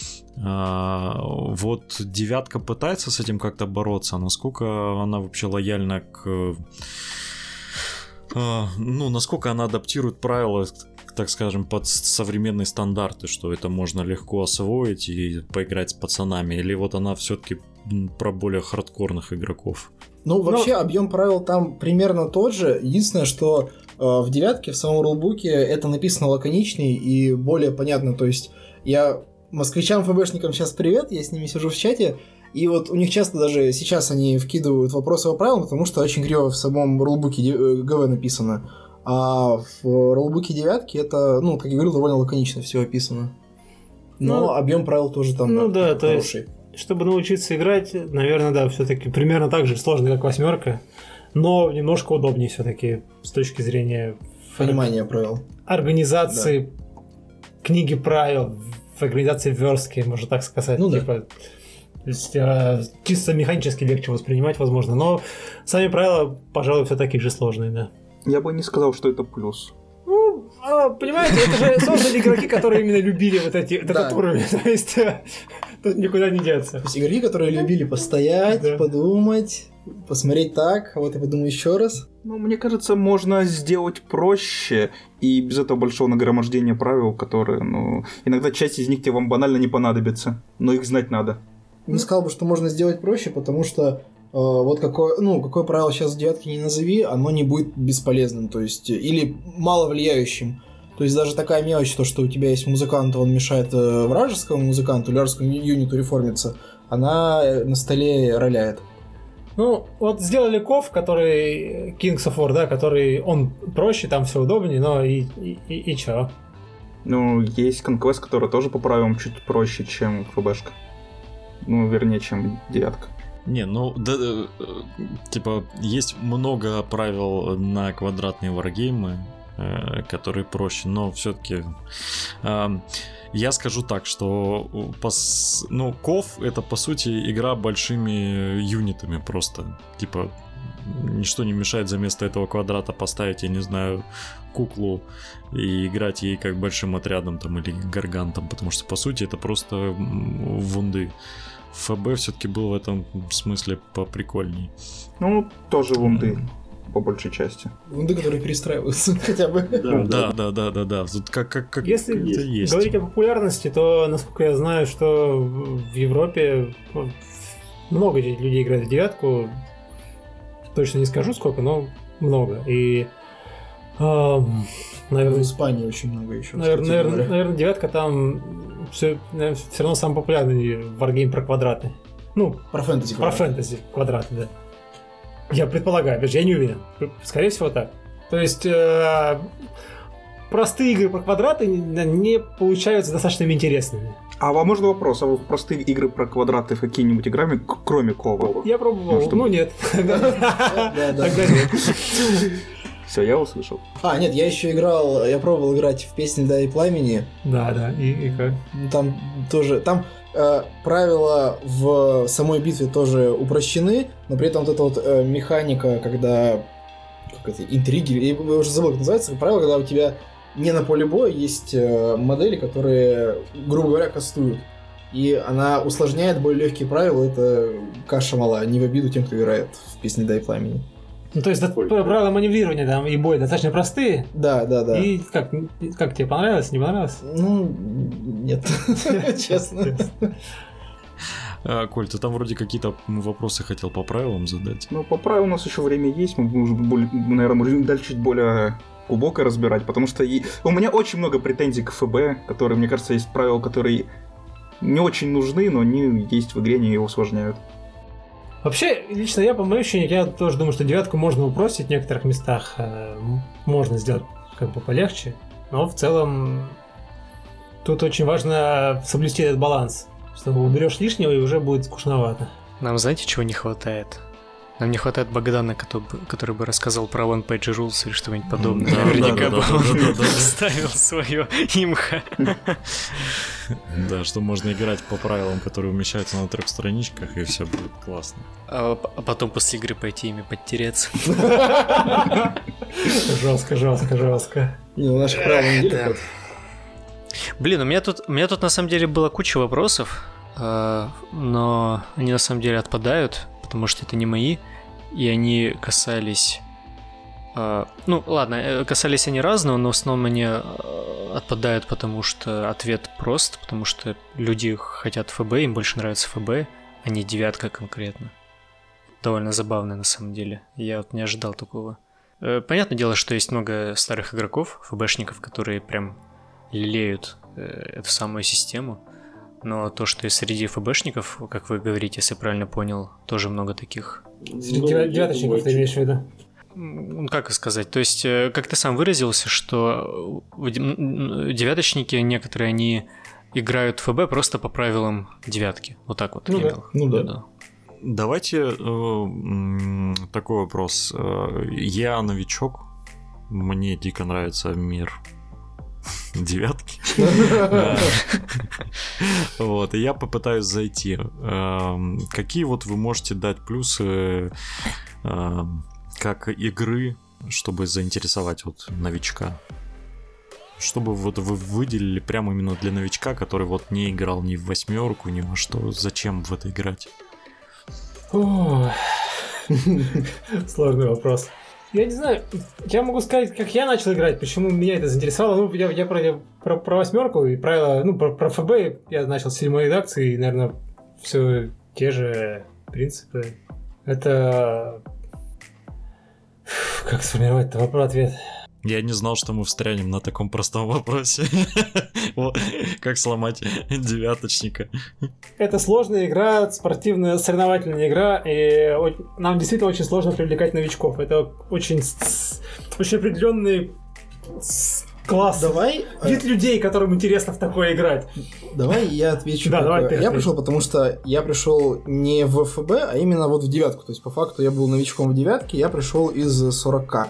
[SPEAKER 1] Вот девятка пытается с этим как-то бороться, насколько она вообще лояльна к... насколько она адаптирует правила, так скажем, под современные стандарты, что это можно легко освоить и поиграть с пацанами, или вот она все-таки про более хардкорных игроков?
[SPEAKER 5] Ну, вообще, объем правил там примерно тот же. Единственное, что в девятке, в самом рулбуке, это написано лаконичней и более понятно. То есть, я москвичам, ФБшникам сейчас привет, я с ними сижу в чате, и вот у них часто даже сейчас они вкидывают вопросы по правилам, потому что очень криво в самом рулбуке ГВ написано. А в роллбуке девятки это, как я говорил, довольно лаконично все описано. Но объем правил тоже там
[SPEAKER 4] хороший.
[SPEAKER 5] То есть,
[SPEAKER 4] чтобы научиться играть, наверное, да, все-таки примерно так же сложно, как восьмерка, но немножко удобнее все-таки с точки зрения
[SPEAKER 5] понимания правил.
[SPEAKER 4] Организации книги правил, в организации верстки, можно так сказать. То есть, чисто механически легче воспринимать, возможно, но сами правила, пожалуй, все такие же сложные, да.
[SPEAKER 2] Я бы не сказал, что это плюс.
[SPEAKER 4] Понимаете, это же создали игроки, которые именно любили вот этот уровень. То есть Тут никуда не деться.
[SPEAKER 5] То есть игроки, которые любили постоять,
[SPEAKER 4] Да.
[SPEAKER 5] подумать, посмотреть так, а вот я подумаю еще раз.
[SPEAKER 2] Ну, мне кажется, можно сделать проще и без этого большого нагромождения правил, которые, иногда часть из них тебе вам банально не понадобится, но их знать надо.
[SPEAKER 5] Не сказал бы, что можно сделать проще, потому что вот какое правило сейчас в девятке не назови, оно не будет бесполезным, то есть, или мало влияющим. То есть даже такая мелочь, то, что у тебя есть музыкант, он мешает вражескому музыканту, или вражескому юниту реформиться, она на столе роляет.
[SPEAKER 4] Ну, вот сделали Ков, который Kings of War, да, который он проще, там все удобнее, но и чё?
[SPEAKER 2] Ну, есть Conquest, который тоже по правилам чуть проще, чем ФБшка. Ну, вернее, чем девятка.
[SPEAKER 1] Не, типа, есть много правил на квадратные варгеймы, которые проще, но все-таки я скажу так, что Ков это по сути игра большими юнитами просто, типа ничто не мешает за место этого квадрата поставить, я не знаю, куклу и играть ей как большим отрядом там или гаргантом, потому что по сути это просто вунды. ФБ все-таки был в этом смысле поприкольней.
[SPEAKER 2] Ну, тоже вунды. По большей части.
[SPEAKER 5] Вунды, которые перестраиваются хотя бы.
[SPEAKER 1] Да. Тут как
[SPEAKER 4] Если
[SPEAKER 1] есть.
[SPEAKER 4] говорить о популярности, то, насколько я знаю, что в Европе много людей играет в девятку. Точно не скажу сколько, но много. И,
[SPEAKER 5] В
[SPEAKER 4] наверное,
[SPEAKER 5] Испании очень много еще.
[SPEAKER 4] наверное, девятка там все равно самый популярный варгейм про квадраты. Ну,
[SPEAKER 5] Про фэнтези.
[SPEAKER 4] про фэнтези квадраты, да. Я предполагаю, опять же, я не уверен. Скорее всего, так. То есть простые игры про квадраты не получаются достаточно интересными.
[SPEAKER 2] А вам можно вопрос? А вы в простые игры про квадраты в какие-нибудь играми, кроме Кова?
[SPEAKER 4] Я пробовал, нет.
[SPEAKER 5] Да.
[SPEAKER 4] Тогда нет.
[SPEAKER 2] Все, я услышал.
[SPEAKER 5] Нет, я пробовал играть в «Песни льда и пламени».
[SPEAKER 4] Да, и как?
[SPEAKER 5] Там тоже, правила в самой битве тоже упрощены, но при этом вот эта вот механика, когда интриги, я уже забыл, как называется, правило, когда у тебя не на поле боя есть модели, которые, грубо говоря, кастуют. И она усложняет более легкие правила, это каша мала, не в обиду тем, кто играет в «Песни льда и пламени».
[SPEAKER 4] Ну, то есть правила маневрирования там и боя достаточно простые.
[SPEAKER 5] Да.
[SPEAKER 4] И как тебе понравилось, не понравилось?
[SPEAKER 5] Ну, нет, честно.
[SPEAKER 1] Коль, ты там вроде какие-то вопросы хотел по правилам задать.
[SPEAKER 2] Ну, по правилам у нас еще время есть, мы уже, наверное, можем дальше чуть более глубоко разбирать, потому что у меня очень много претензий к ФБ, которые, мне кажется, есть правила, которые не очень нужны, но они есть в игре, они ее усложняют.
[SPEAKER 4] Вообще, лично я, по моему ощущению, я тоже думаю, что девятку можно упростить в некоторых местах. Можно сделать как бы полегче. Но в целом тут очень важно соблюсти этот баланс. Что уберешь лишнего, и уже будет скучновато.
[SPEAKER 3] Нам знаете, чего не хватает? Нам не хватает Богдана, который бы рассказал про One Page Rules или что-нибудь подобное. Наверняка бы он вставил свое имхо.
[SPEAKER 1] Да, что можно играть по правилам, которые умещаются на 3 страничках, и все будет классно.
[SPEAKER 3] А потом после игры пойти ими подтереться.
[SPEAKER 4] Жестко.
[SPEAKER 5] Не, у наших правил неделя.
[SPEAKER 3] Блин, у меня тут на самом деле была куча вопросов, но они на самом деле отпадают, потому что это не мои, и они касались... касались они разного, но в основном они отпадают, потому что ответ прост, потому что люди хотят ФБ, им больше нравится ФБ, а не девятка конкретно. Довольно забавно на самом деле, я вот не ожидал такого. Понятное дело, что есть много старых игроков, ФБшников, которые прям лелеют эту самую систему, но то, что и среди ФБшников, как вы говорите, если я правильно понял, тоже много таких.
[SPEAKER 4] Среди девяточников ты имеешь в виду?
[SPEAKER 3] Как сказать? То есть, как ты сам выразился, что девяточники некоторые, они играют в ФБ просто по правилам девятки. Вот так вот.
[SPEAKER 5] Да.
[SPEAKER 1] Давайте такой вопрос. Я новичок, мне дико нравится мир девятки. Вот, и я попытаюсь зайти. Какие вот вы можете дать плюсы как игры, чтобы заинтересовать вот новичка? чтобы вот вы выделили прямо именно для новичка, который вот не играл ни в 8, ни во что? Зачем в это играть?
[SPEAKER 4] Сложный вопрос. Я не знаю, я могу сказать, как я начал играть, почему меня это заинтересовало. Ну, я про 8 и правила, ну, про ФБ я начал с 7 редакции, и, наверное, все те же принципы. Это... Как сформировать этот ответ?
[SPEAKER 1] Я не знал, что мы встрянем на таком простом вопросе. Как сломать девяточника.
[SPEAKER 4] Это сложная игра, спортивная, соревновательная игра, и нам действительно очень сложно привлекать новичков. Это очень определенный класс.
[SPEAKER 5] Давай.
[SPEAKER 4] Вид людей, которым интересно в такое играть.
[SPEAKER 5] Давай я отвечу.
[SPEAKER 4] Да, давай ты
[SPEAKER 5] я пришел, потому что я пришел не в ФБ, а именно вот в 9. То есть, по факту, я был новичком в 9, я пришел из 40.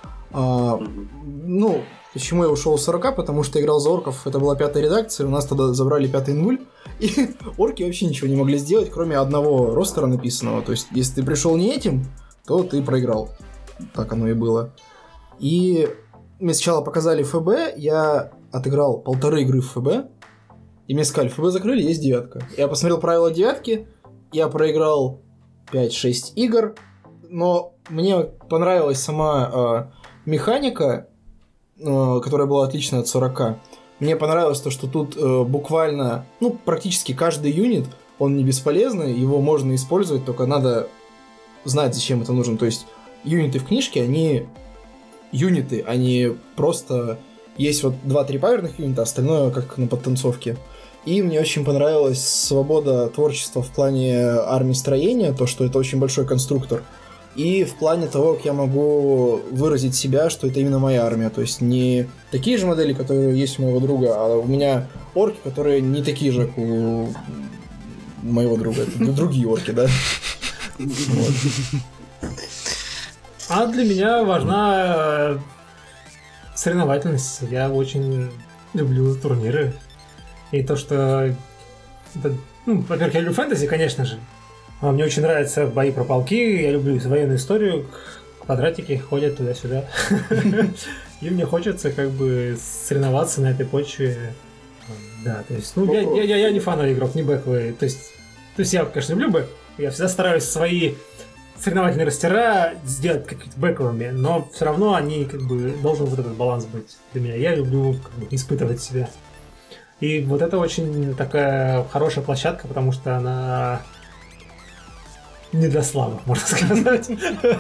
[SPEAKER 5] Ну, почему я ушел с 40? Потому что играл за орков, это была 5 редакция, у нас тогда забрали 5 нуль, и орки вообще ничего не могли сделать, кроме одного ростера написанного. То есть, если ты пришел не этим, то ты проиграл. Так оно и было. И мне сначала показали ФБ, я отыграл 1,5 игры в ФБ, и мне сказали, ФБ закрыли, есть 9. Я посмотрел правила 9, я проиграл 5-6 игр, но мне понравилась сама механика, которая была отлична от 40. Мне понравилось то, что тут буквально, ну, практически каждый юнит, он не бесполезный, его можно использовать, только надо знать, зачем это нужно. То есть юниты в книжке, они юниты, они просто... Есть вот 2-3 паверных юнита, остальное как на подтанцовке. И мне очень понравилась свобода творчества в плане армии строения, то, что это очень большой конструктор. И в плане того, как я могу выразить себя, что это именно моя армия. То есть не такие же модели, которые есть у моего друга, а у меня орки, которые не такие же, как у моего друга. Это другие орки, да?
[SPEAKER 4] А для меня важна соревновательность. Я очень люблю турниры. И то, что... Ну, во-первых, я люблю фэнтези, конечно же. Мне очень нравятся бои про полки, я люблю военную историю, квадратики ходят туда-сюда. И мне хочется как бы соревноваться на этой почве. Да, то есть, ну, я не фановый игрок, не бэковый. То есть я, конечно, люблю бэк, я всегда стараюсь свои соревновательные ростера сделать какими-то бэковыми, но все равно они как бы должен вот этот баланс быть для меня. Я люблю как бы испытывать себя. И вот это очень такая хорошая площадка, потому что она не для слабых, можно сказать.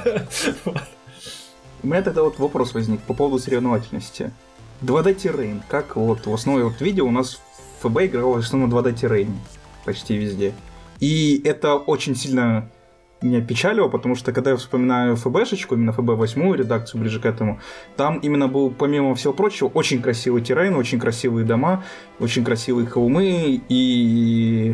[SPEAKER 2] У меня тогда вот вопрос возник по поводу соревновательности. 2D террейн. Как вот в основе вот видео у нас в ФБ играло в основном 2D террейн почти везде. И это очень сильно меня печалило, потому что когда я вспоминаю ФБшечку, именно ФБ 8 редакцию, ближе к этому, там именно был, помимо всего прочего, очень красивый террейн, очень красивые дома, очень красивые холмы, и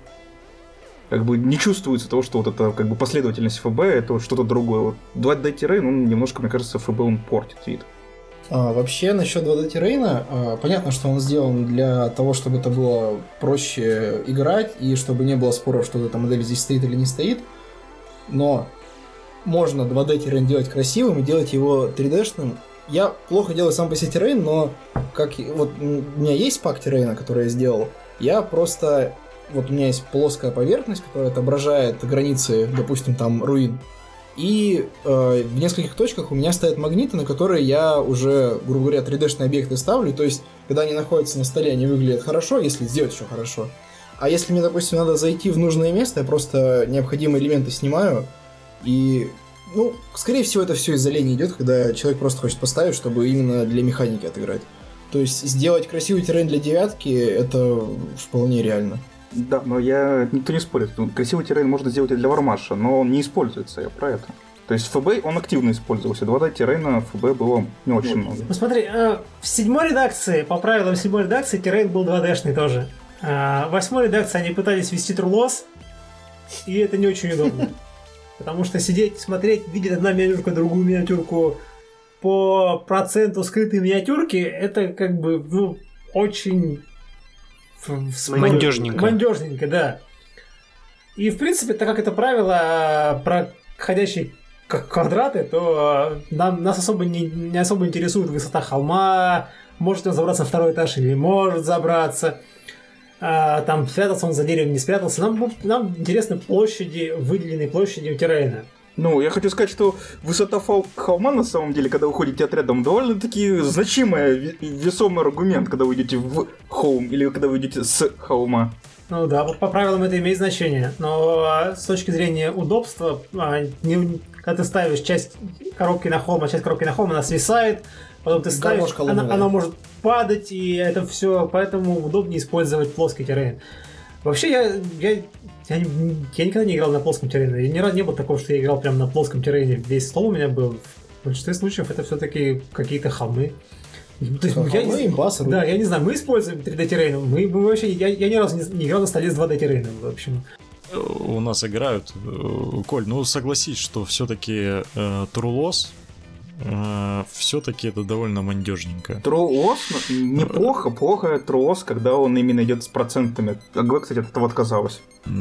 [SPEAKER 2] как бы не чувствуется того, что вот это как бы последовательность ФБ, это вот что-то другое. Вот 2D террейн, он немножко, мне кажется, ФБ он портит вид.
[SPEAKER 5] Вообще, насчет 2D террейна, понятно, что он сделан для того, чтобы это было проще играть, и чтобы не было споров, что эта модель здесь стоит или не стоит. Но можно 2D террейн делать красивым и делать его 3D-шным. Я плохо делаю сам по себе террейн, но как вот у меня есть пак террейна, который я сделал, я просто... Вот у меня есть плоская поверхность, которая отображает границы, допустим, там руин. И в нескольких точках у меня стоят магниты, на которые я уже, грубо говоря, 3D-шные объекты ставлю. То есть, когда они находятся на столе, они выглядят хорошо, если сделать еще хорошо. А если мне, допустим, надо зайти в нужное место, я просто необходимые элементы снимаю. И, ну, скорее всего, это все из-за лени идет, когда человек просто хочет поставить, чтобы именно для механики отыграть. То есть, сделать красивый террейн для 9 это вполне реально.
[SPEAKER 2] Да, но никто не спорит. Красивый террейн можно сделать и для Вармаша, но он не используется, я про это. То есть ФБ он активно использовался. 2D террейна ФБ было не очень много.
[SPEAKER 4] Ну смотри, в 7 редакции, по правилам 7 редакции, террейн был 2D-шный тоже. В 8 редакции они пытались ввести турлос, и это не очень удобно. Потому что сидеть, смотреть, видеть одна миниатюрка, другую миниатюрку по проценту скрытой миниатюрки, это как бы, ну, очень... Мандежненько, да. И, в принципе, так как это правило, проходящий как квадраты, то нас особо не особо интересует высота холма, может он забраться на второй этаж или может забраться. Там спрятался он за деревом, не спрятался. Нам интересны площади, выделенные площади у террейна.
[SPEAKER 2] Ну, я хочу сказать, что высота холма, на самом деле, когда вы ходите отрядом, довольно-таки значимый, весомый аргумент, когда вы идете в холм или когда вы идете с холма.
[SPEAKER 4] Ну да, по правилам это имеет значение, но с точки зрения удобства, когда ты ставишь часть коробки на холм, а часть коробки на холм, она свисает, потом ты ставишь, она может падать, и это все, поэтому удобнее использовать плоский террейн. Вообще, я никогда не играл на плоском террейне. Ни разу не было такого, что я играл прямо на плоском террейне. Весь стол у меня был. В большинстве случаев это все-таки какие-то холмы. То есть, да, я не знаю, мы используем 3D террейн. Мы вообще, я ни разу не играл на столе с 2D террейном, в общем.
[SPEAKER 1] У нас играют. Коль, ну согласись, что все-таки Трулос все-таки это довольно мандежненько.
[SPEAKER 2] Трулос неплохо, плохо Трулос, когда он именно идет с процентами. АГВ, кстати, от этого отказалась.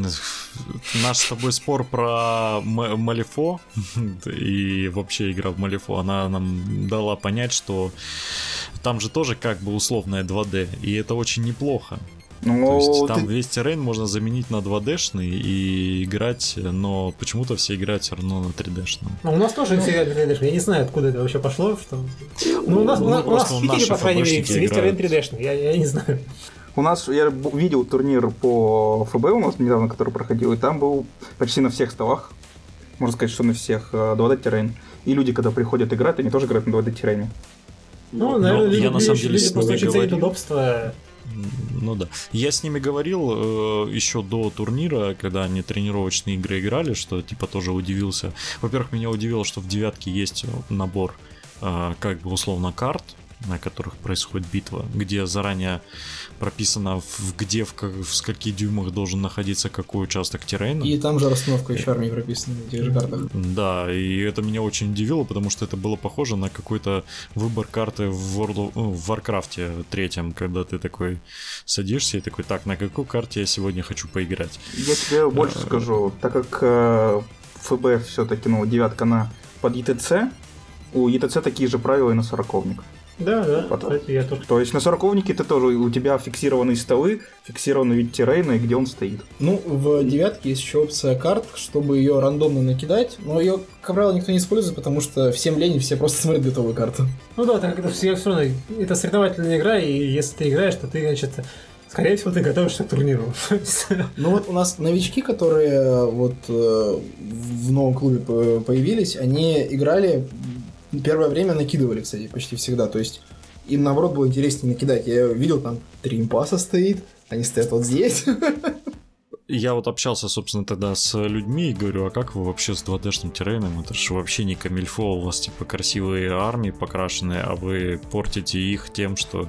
[SPEAKER 1] Наш с тобой спор про Малифо и вообще игра в Малифо, она нам дала понять, что там же тоже как бы условное 2D, и это очень неплохо.
[SPEAKER 2] Ну,
[SPEAKER 1] то есть там весь террейн можно заменить на 2D-шный и играть, но почему-то все играют все равно на 3D-шном.
[SPEAKER 4] У нас тоже все играют на 3D-шный. Я не знаю, откуда это вообще пошло. Что... Ну, у нас в Питере, по крайней мере, весь террейн 3D-шный. Я не знаю.
[SPEAKER 2] У нас, я видел турнир по ФБ у нас недавно, который проходил, и там был почти на всех столах, можно сказать, что на всех 2D террейн. И люди, когда приходят играть, они тоже играют на 2D террейне.
[SPEAKER 4] Ну, наверное, люди просто очень ценят удобство.
[SPEAKER 1] Ну да. Я с ними говорил еще до турнира, когда они тренировочные игры играли, что типа тоже удивился. Во-первых, меня удивило, что в девятке есть набор как бы условно карт, на которых происходит битва, где заранее прописано, где в скольких дюймах должен находиться какой участок террейна.
[SPEAKER 5] И там же расстановка еще армии прописана на тех же картах.
[SPEAKER 1] Да, и это меня очень удивило, потому что это было похоже на какой-то выбор карты в Warcraft 3, когда ты такой садишься и такой, так, на какой карте я сегодня хочу поиграть?
[SPEAKER 2] Я тебе больше скажу, так как ФБ все-таки, девятка на под ЕТЦ, у ЕТЦ такие же правила и на 40-ник.
[SPEAKER 4] Да, кстати, я тоже.
[SPEAKER 2] То есть на 40-нике ты тоже, у тебя фиксированные столы, фиксированный вид террейна и где он стоит.
[SPEAKER 5] Ну, в девятке есть еще опция карт, чтобы ее рандомно накидать, но ее, как правило, никто не использует, потому что всем лень, все просто смотрят готовую карту.
[SPEAKER 4] Ну да, так как это все равно, это соревновательная игра, и если ты играешь, то ты, значит, скорее всего, ты готовишься к турниру.
[SPEAKER 5] Ну вот у нас новички, которые вот в новом клубе появились, они играли... Первое время накидывали, кстати, почти всегда. То есть им, наоборот, было интереснее накидать. Я видел, там 3 импаса стоит, они стоят вот здесь.
[SPEAKER 1] Я вот общался, собственно, тогда с людьми и говорю, а как вы вообще с 2D-шным террейном? Это же вообще не камильфо, у вас типа красивые армии покрашенные, а вы портите их тем, что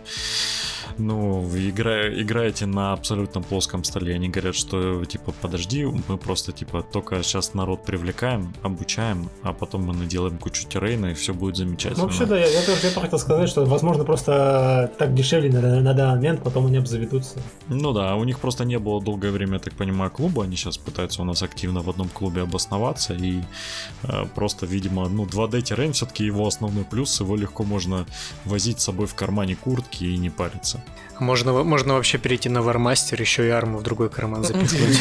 [SPEAKER 1] вы играете на абсолютно плоском столе. Они говорят, что типа подожди, мы просто типа только сейчас народ привлекаем, обучаем, а потом мы наделаем кучу террейна и все будет замечательно.
[SPEAKER 4] Ну вообще да, я тоже хотел сказать, что возможно просто так дешевле на данный момент, потом они обзаведутся.
[SPEAKER 1] Ну да, у них просто не было долгое время, я так понимаю, клуба, они сейчас пытаются у нас активно в одном клубе обосноваться и просто, видимо, 2D террейн все-таки его основной плюс, его легко можно возить с собой в кармане куртки и не париться.
[SPEAKER 3] Можно вообще перейти на Вармастер, еще и арму в другой карман запихнуть.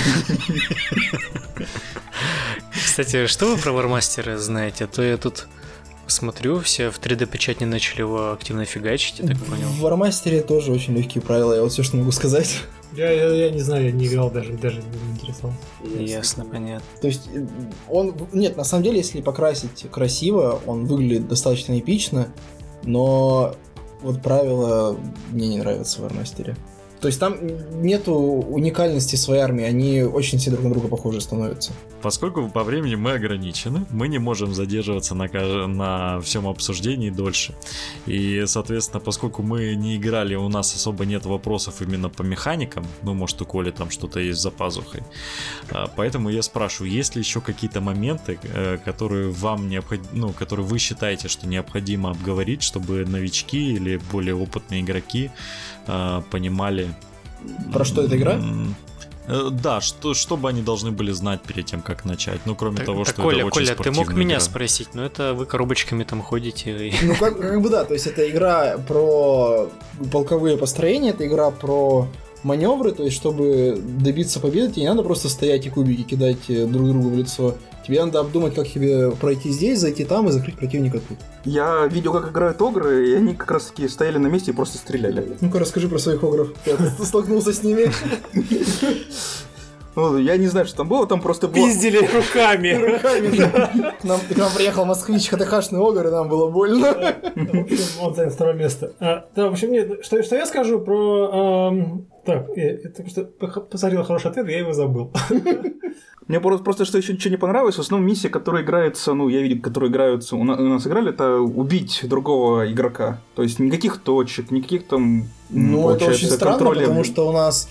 [SPEAKER 3] Кстати, что вы про Вармастера знаете? А то я тут смотрю, все в 3D-печать не начали его активно фигачить, я так понял.
[SPEAKER 5] В Вармастере тоже очень легкие правила, я вот все, что могу сказать.
[SPEAKER 4] Я не знаю, я не играл даже не интересовался.
[SPEAKER 3] Ясно, понятно.
[SPEAKER 5] То есть нет, на самом деле, если покрасить красиво, он выглядит достаточно эпично, но вот правила мне не нравятся в Вармастере. То есть там нету уникальности своей армии, они очень все друг на друга похожи становятся.
[SPEAKER 1] Поскольку по времени мы ограничены, мы не можем задерживаться на всем обсуждении дольше. И, соответственно, поскольку мы не играли, у нас особо нет вопросов именно по механикам, может, у Коли там что-то есть за пазухой. Поэтому я спрашиваю, есть ли еще какие-то моменты, которые вам которые вы считаете, что необходимо обговорить, чтобы новички или более опытные игроки понимали.
[SPEAKER 5] Про что эта игра?
[SPEAKER 1] Да, что бы они должны были знать перед тем, как начать? Ну, кроме того, что
[SPEAKER 3] Коля,
[SPEAKER 1] это очень
[SPEAKER 3] Коля, ты мог
[SPEAKER 1] спортивная
[SPEAKER 3] меня
[SPEAKER 1] игра.
[SPEAKER 3] спросить, но это вы коробочками там ходите.
[SPEAKER 5] Ну, как бы да, то есть это игра про полковые построения, это игра про маневры, то есть чтобы добиться победы, тебе не надо просто стоять и кубики кидать друг другу в лицо. Тебе надо обдумать, как тебе пройти здесь, зайти там и закрыть противника тут.
[SPEAKER 2] Я видел, как играют огры, и они как раз таки стояли на месте и просто стреляли.
[SPEAKER 5] Ну-ка, расскажи про своих огров. Ты столкнулся с ними?
[SPEAKER 2] Ну, я не знаю, что там было, там просто было...
[SPEAKER 4] Пиздили руками.
[SPEAKER 5] К нам приехал москвич ХТХшный огр, и нам было больно.
[SPEAKER 4] В общем, он занял второе место. Да, в общем, нет, что я скажу про... Так, я только что посмотрел хороший ответ, я его забыл.
[SPEAKER 2] Мне просто что еще ничего не понравилось. В основном миссия, которая играется, ну, я видел, которые играются, у нас играли, это убить другого игрока. То есть никаких точек, никаких там...
[SPEAKER 5] Ну, это очень странно, потому что у нас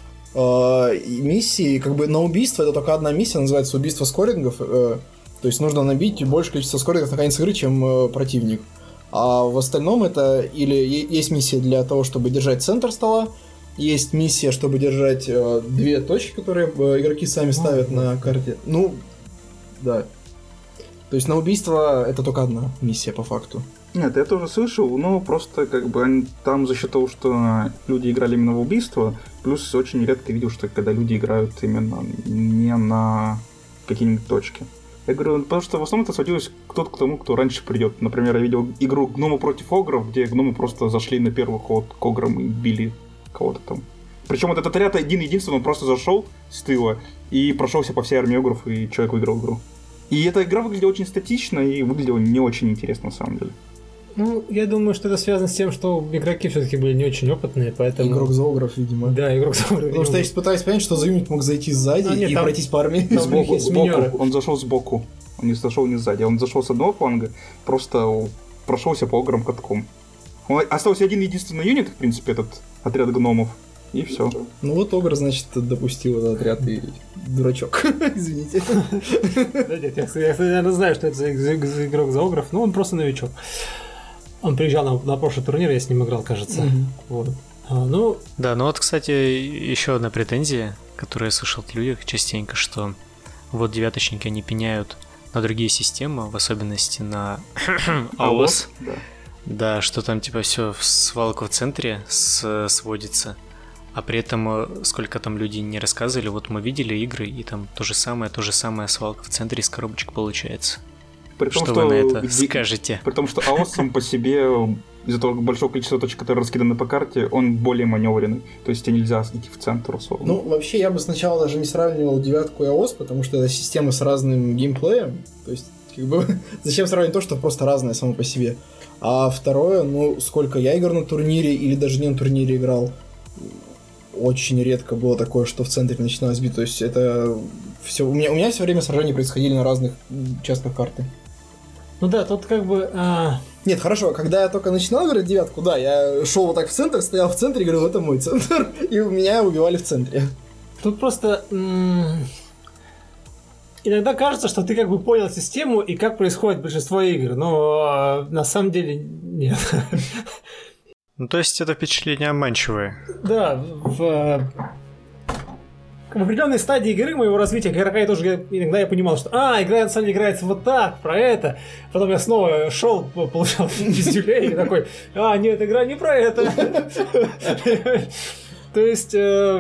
[SPEAKER 5] миссии, как бы на убийство, это только одна миссия, называется убийство скорингов. То есть нужно набить большее количество скорингов на конец игры, чем противник. А в остальном это или есть миссия для того, чтобы держать центр стола, есть миссия, чтобы держать 2 точки, которые игроки сами ставят на карте. Ну, да. То есть на убийство это только одна миссия по факту.
[SPEAKER 2] Нет, я тоже слышал, но просто как бы они там за счет того, что люди играли именно в убийство, плюс очень редко видел, что когда люди играют именно не на какие-нибудь точки. Я говорю, потому что в основном это сводилось кто-то к тому, кто раньше придет. Например, я видел игру гномы против огров, где гномы просто зашли на первый ход к ограм и били кого-то там. Причем вот этот отряд один-единственный, он просто зашел с тыла и прошелся по всей армии огров, и человек выиграл игру. И эта игра выглядела очень статично и выглядела не очень интересно на самом деле.
[SPEAKER 4] Ну, я думаю, что это связано с тем, что игроки все-таки были не очень опытные, поэтому...
[SPEAKER 5] Игрок за огров, видимо.
[SPEAKER 4] Да, игрок за огров.
[SPEAKER 5] Потому что я сейчас пытаюсь понять, что за юнит мог зайти сзади и пройтись по армии.
[SPEAKER 2] Сбоку. Он зашел сбоку. Он не зашел не сзади. Он зашел с одного фланга, просто прошелся по ограм катком. Остался один единственный юнит, в принципе, этот отряд гномов. И все.
[SPEAKER 5] Ну вот огр, значит, допустил этот отряд и дурачок. Извините.
[SPEAKER 4] Да нет, я, наверное, знаю, что это за игрок за огров, но он просто новичок. Он приезжал на прошлый турнир, я с ним играл, кажется. Вот. Ну...
[SPEAKER 3] Да, ну вот, кстати, еще одна претензия, которую я слышал от людей частенько, что вот девяточники, они пеняют на другие системы, в особенности на АОС. Да, что там типа все в свалку в центре сводится. А при этом, сколько там людей не рассказывали, вот мы видели игры, и там то же самое свалка в центре из коробочек получается.
[SPEAKER 2] При том,
[SPEAKER 3] что вы на это скажете?
[SPEAKER 2] При том, что АОС сам по себе, из-за того большого количества точек, которые раскиданы по карте, он более маневренный. То есть тебе нельзя идти в центр условно.
[SPEAKER 5] Ну, вообще, я бы сначала даже не сравнивал девятку и АОС, потому что это системы с разным геймплеем. То есть, как бы, зачем сравнивать то, что просто разное само по себе. А второе, ну, сколько я игр на турнире или даже не на турнире играл, очень редко было такое, что в центре начиналось бить. То есть это все. У меня все время сражения происходили на разных участках карты.
[SPEAKER 4] Ну да, тут как бы...
[SPEAKER 5] Нет, хорошо, когда я только начинал играть девятку, да, я шел вот так в центр, стоял в центре и говорил, это мой центр, и меня убивали в центре.
[SPEAKER 4] Тут просто... Иногда кажется, что ты как бы понял систему и как происходит большинство игр, но на самом деле нет.
[SPEAKER 3] Ну, то есть это впечатление обманчивое.
[SPEAKER 4] Да, в определенной стадии игры моего развития игрока я тоже иногда я понимал, что игра на самом деле играется вот так, про это. Потом я снова шел, получал пиздюлей и такой, нет, игра не про это. То есть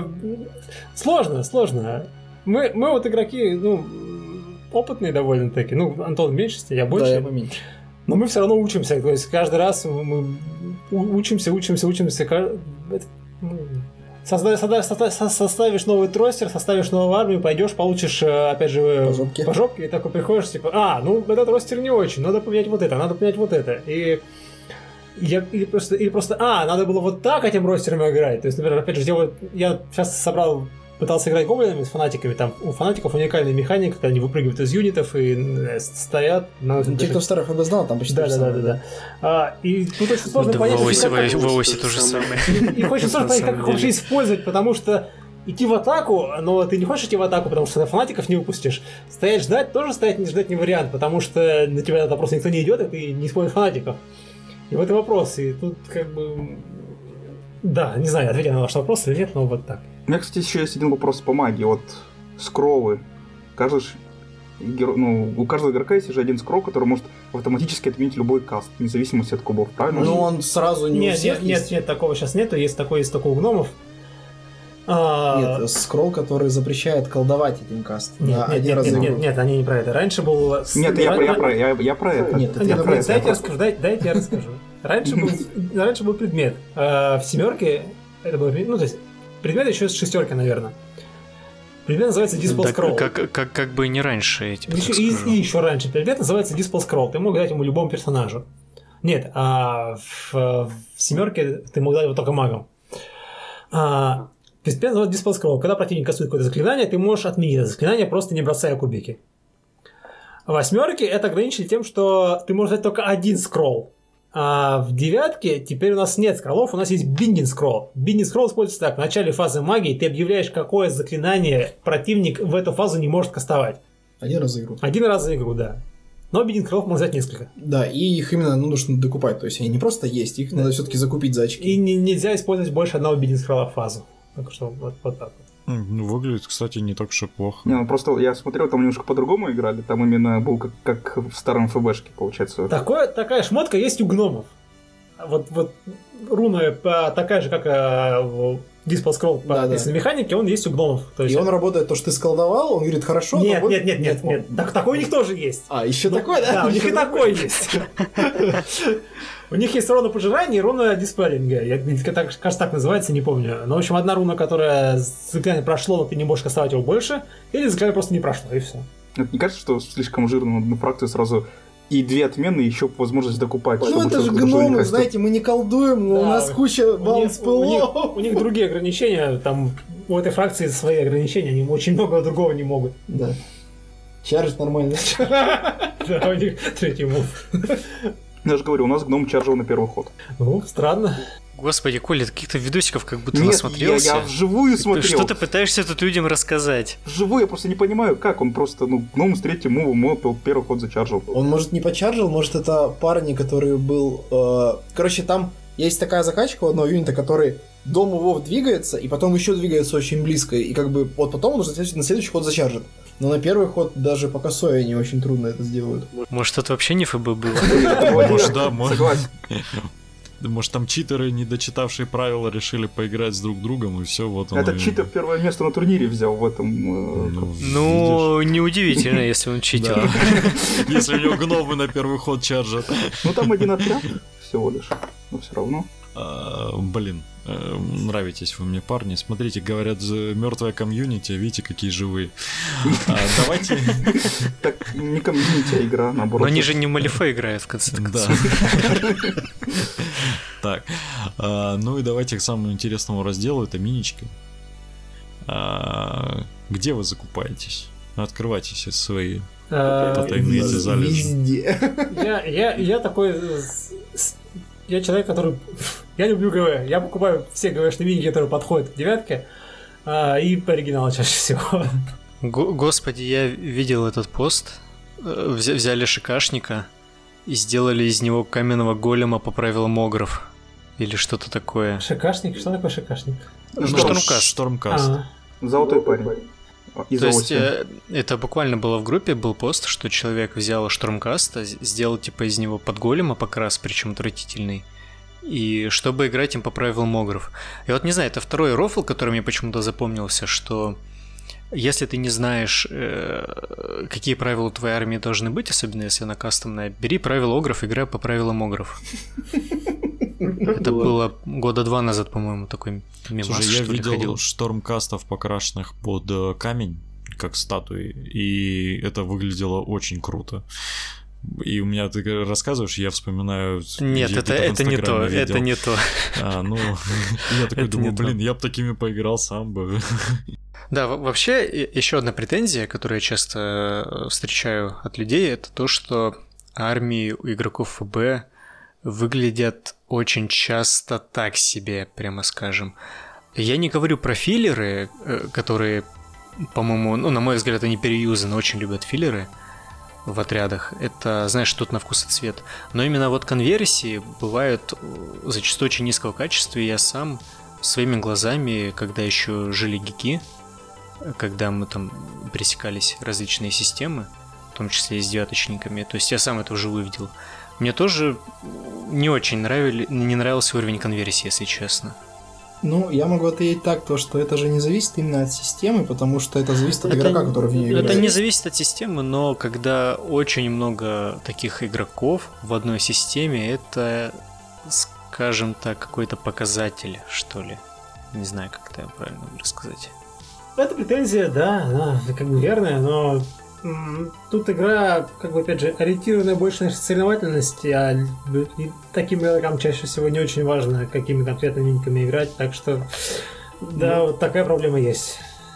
[SPEAKER 4] сложно. Мы вот игроки, опытные довольно-таки. Антон в меньшинстве, я больше.
[SPEAKER 5] Да, я поменьше.
[SPEAKER 4] Но мы все равно учимся. То есть каждый раз мы учимся. Составишь новый тростер, составишь новую армию, пойдешь, получишь, опять же, по жопке, и такой приходишь, типа, этот тростер не очень, надо поменять вот это, надо поменять вот это. Или просто, надо было вот так этим ростером играть. То есть, например, опять же, я сейчас пытался играть гоблинами с фанатиками, там у фанатиков уникальная механика, когда они выпрыгивают из юнитов и стоят.
[SPEAKER 5] Те, кто в старых ФБ знал, там почти
[SPEAKER 4] Да. И тут очень сложно понять,
[SPEAKER 3] в ООСе то же самое.
[SPEAKER 4] И очень сложно понять, как их вообще использовать, потому что идти в атаку, но ты не хочешь идти в атаку, потому что фанатиков не выпустишь. Стоять ждать, тоже стоять не ждать не вариант, потому что на тебя это просто никто не идет, и ты не используешь фанатиков. И вот и вопрос, и тут как бы... Да, не знаю, ответил на ваш вопрос или нет, но вот так.
[SPEAKER 2] У меня, кстати, еще есть один вопрос по магии. Вот скроллы. У каждого игрока есть же один скролл, который может автоматически отменить любой каст, вне зависимости от кубов, правильно?
[SPEAKER 5] Ну, он сразу не у всех есть.
[SPEAKER 4] Нет, такого сейчас нету. Есть только у гномов.
[SPEAKER 5] Нет, скролл, который запрещает колдовать этим каст.
[SPEAKER 4] Нет, они не про это. Раньше был...
[SPEAKER 2] Нет, я про это.
[SPEAKER 4] Нет, дайте я расскажу. Раньше был предмет. В семерке это был... Ну, то есть, предмет еще с шестерки, наверное. Предмет называется Dispel Scroll.
[SPEAKER 3] Как бы не раньше, я тебе
[SPEAKER 4] и еще раньше. Предмет называется Dispel Scroll. Ты мог дать ему любому персонажу. Нет, в семерке ты мог дать его только магам. Предмет называется Dispel Scroll. Когда противник кастует какое-то заклинание, ты можешь отменить это заклинание, просто не бросая кубики. В восьмерке это ограничили тем, что ты можешь дать только один скролл. А в девятке теперь у нас нет скроллов, у нас есть биндинг скролл. Биндинг скролл используется так: в начале фазы магии ты объявляешь, какое заклинание противник в эту фазу не может кастовать.
[SPEAKER 5] Один раз за игру.
[SPEAKER 4] Один раз за игру, да. Но биндинг скроллов можно взять несколько.
[SPEAKER 5] Да, и их именно нужно докупать, то есть они не просто есть, их надо все-таки закупить за очки.
[SPEAKER 4] И нельзя использовать больше одного биндинг скролла в фазу. Так что вот так вот.
[SPEAKER 1] Ну, выглядит, кстати, не так уж и плохо.
[SPEAKER 2] Не, ну просто я смотрел, там немножко по-другому играли. Там именно был как в старом ФБшке, получается.
[SPEAKER 4] Такая шмотка есть у гномов. Вот руна такая же, как Dispel Scroll по написанной механике, он есть у гномов. То есть
[SPEAKER 5] и он работает, то, что ты сколдовал, он говорит, хорошо.
[SPEAKER 4] Нет. Такой у них тоже есть.
[SPEAKER 5] Еще такой, да?
[SPEAKER 4] Да, у них и такой есть. У них есть руна пожирания и руна диспеллинга. Кажется, так называется, не помню. Но, в общем, одна руна, которая заклинание прошло, но ты не можешь кастовать его больше, или заклинание просто не прошло, и все.
[SPEAKER 2] Это не кажется, что слишком жирно на одну фракцию сразу и две отмены, и еще возможность докупать?
[SPEAKER 5] Ну, это же гномы, знаете, мы не колдуем, но у нас куча баланс ПЛО.
[SPEAKER 4] У них другие ограничения, там у этой фракции свои ограничения, они очень много другого не могут.
[SPEAKER 5] Да. Чарж нормально.
[SPEAKER 4] Да, у них третий мув.
[SPEAKER 2] Я же говорю, у нас гном чаржил на первый ход.
[SPEAKER 4] Ну, странно.
[SPEAKER 3] Господи, Коля, ты каких-то видосиков как будто насмотрелся.
[SPEAKER 2] Я вживую смотрел.
[SPEAKER 3] Что ты пытаешься тут людям рассказать?
[SPEAKER 2] Вживую я просто не понимаю, как он просто, гном с третьим мувом первый ход зачаржил.
[SPEAKER 5] Он, может, не почаржил, может, это парень, который был... Короче, там есть такая закачка у одного юнита, который до мувов двигается, и потом еще двигается очень близко, и как бы вот потом он уже на следующий ход зачаржит. Но на первый ход даже по косой они очень трудно это сделают.
[SPEAKER 3] Может, это вообще не ФБ было?
[SPEAKER 1] Может, да, может. Может, там читеры, не дочитавшие правила, решили поиграть с друг другом, и все, вот он.
[SPEAKER 2] Этот читер первое место на турнире взял в этом.
[SPEAKER 3] Ну, неудивительно, если он читер.
[SPEAKER 1] Если у него гномы на первый ход чаржат.
[SPEAKER 2] Ну, там один отряд всего лишь, но все равно.
[SPEAKER 1] Блин, нравитесь вы мне, парни. Смотрите, говорят, мертвая комьюнити, видите, какие живые. Давайте.
[SPEAKER 2] Так не комьюнити, а игра, наоборот.
[SPEAKER 3] Но они же не в Малифе играют, в конце концов.
[SPEAKER 1] Так, ну и давайте к самому интересному разделу, это минички. Где вы закупаетесь? Открывайте все свои потайные залежи.
[SPEAKER 5] Везде.
[SPEAKER 4] Я такой... Я человек, который... Я люблю ГВ. Я покупаю все ГВшные миники, которые подходят к девятке, и по оригиналу чаще всего.
[SPEAKER 3] Господи, я видел этот пост. Взяли ШКшника и сделали из него каменного голема по правилам Огров. Или что-то такое.
[SPEAKER 4] ШКшник? Что такое ШКшник?
[SPEAKER 1] Штормкаст.
[SPEAKER 2] Золотой парень.
[SPEAKER 3] То есть это буквально было в группе, был пост, что человек взял Штурмкаста, сделал типа из него подголема покрас, причем отвратительный, и чтобы играть им по правилам Огров. И вот не знаю, это второй рофл, который мне почему-то запомнился, что если ты не знаешь, какие правила у твоей армии должны быть, особенно если она кастомная, бери правила Огров, играй по правилам Огров. Это было года 2 назад, по-моему, такой мемас.
[SPEAKER 1] Слушай, я видел штормкастов, покрашенных под камень, как статуи, и это выглядело очень круто. И у меня, ты рассказываешь, я вспоминаю...
[SPEAKER 3] Нет, это не то,
[SPEAKER 1] видел.
[SPEAKER 3] это не то.
[SPEAKER 1] Ну, я такой думаю, блин, я бы такими поиграл сам бы.
[SPEAKER 3] Да, вообще, еще одна претензия, которую я часто встречаю от людей, это то, что армии у игроков ФБ выглядят очень часто так себе, прямо скажем. Я не говорю про филлеры, которые, по-моему, на мой взгляд, они переюзаны, очень любят филлеры в отрядах. Это, знаешь, тут на вкус и цвет. Но именно вот конверсии бывают зачастую очень низкого качества, и я сам своими глазами, когда еще жили гики, когда мы там пересекались различные системы, в том числе и с девяточниками, то есть я сам это вживую видел. Мне тоже не очень не нравился уровень конверсии, если честно.
[SPEAKER 5] Ну, я могу ответить так, то, что это же не зависит именно от системы, потому что это зависит от игрока, который в нее играет.
[SPEAKER 3] Это не зависит от системы, но когда очень много таких игроков в одной системе, это, скажем так, какой-то показатель, что ли. Не знаю, как это правильно рассказать.
[SPEAKER 4] Это претензия, да, она как бы верная, но тут игра, как бы, опять же, ориентированная больше на соревновательности, а таким игрокам чаще всего не очень важно, какими конкретно миниками играть, так что, да, вот такая проблема есть.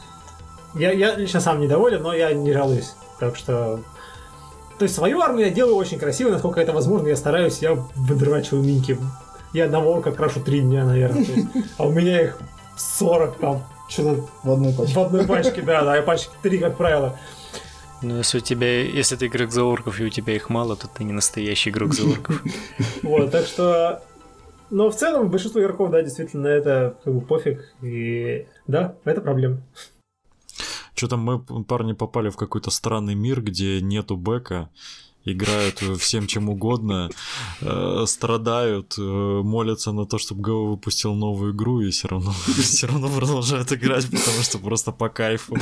[SPEAKER 4] Я лично сам недоволен, но я не жалуюсь, так что... То есть свою армию я делаю очень красиво, насколько это возможно, я стараюсь, я выдрачиваю миньки. Я одного орка крашу 3 дня, наверное, то есть, а у меня их 40 там, что-то...
[SPEAKER 5] В одной пачке.
[SPEAKER 4] В одной пачке, да, и пачки 3, как правило.
[SPEAKER 3] Ну, если ты игрок за орков и у тебя их мало, то ты не настоящий игрок за орков.
[SPEAKER 4] Вот, так что... Но в целом большинство игроков, да, действительно, это как бы пофиг. И да, это проблема.
[SPEAKER 1] Что-то мы, парни, попали в какой-то странный мир, где нету бэка, играют всем чем угодно, страдают, молятся на то, чтобы ГО выпустил новую игру, и все равно продолжают играть, потому что просто по кайфу.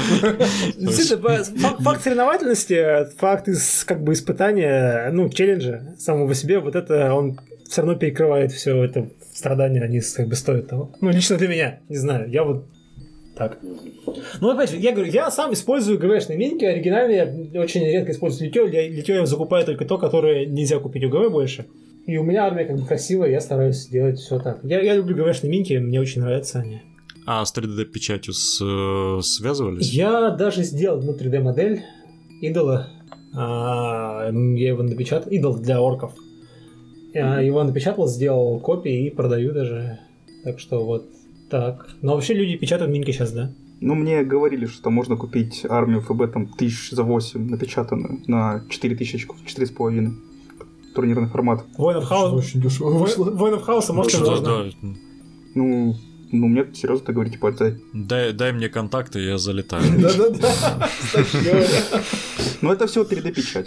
[SPEAKER 4] Факт соревновательности, факт как бы испытания, ну, челленджа самого по себе, вот это он все равно перекрывает все это страдания, они как бы стоят того. Ну, лично для меня, не знаю, я вот так. Ну, опять же, я говорю, я сам использую ГВшные миники, оригинальные, я очень редко использую литьё. Литьё я закупаю только то, которое нельзя купить у ГВ больше. И у меня армия как бы красивая, я стараюсь делать все так. Я люблю ГВшные миники, мне очень нравятся они.
[SPEAKER 1] А с 3D-печатью связывались?
[SPEAKER 4] Я даже сделал 3D-модель идола. Я его напечатал. Идол для орков. Я его напечатал, сделал копии и продаю даже. Так что вот так. Но вообще люди печатают минки сейчас, да?
[SPEAKER 2] Ну, мне говорили, что можно купить армию ФБ там 1000 за 8 напечатанную на 4000, 4,5. Турнирный формат.
[SPEAKER 4] Воинов Хаоса.
[SPEAKER 5] Очень дешево вышло.
[SPEAKER 4] Воинов Хаоса, может, можно.
[SPEAKER 2] Ну, мне серьезно так говорите, отдай.
[SPEAKER 1] Дай мне контакты, я залетаю.
[SPEAKER 5] Да-да-да.
[SPEAKER 2] Ну, это всего 3D-печать.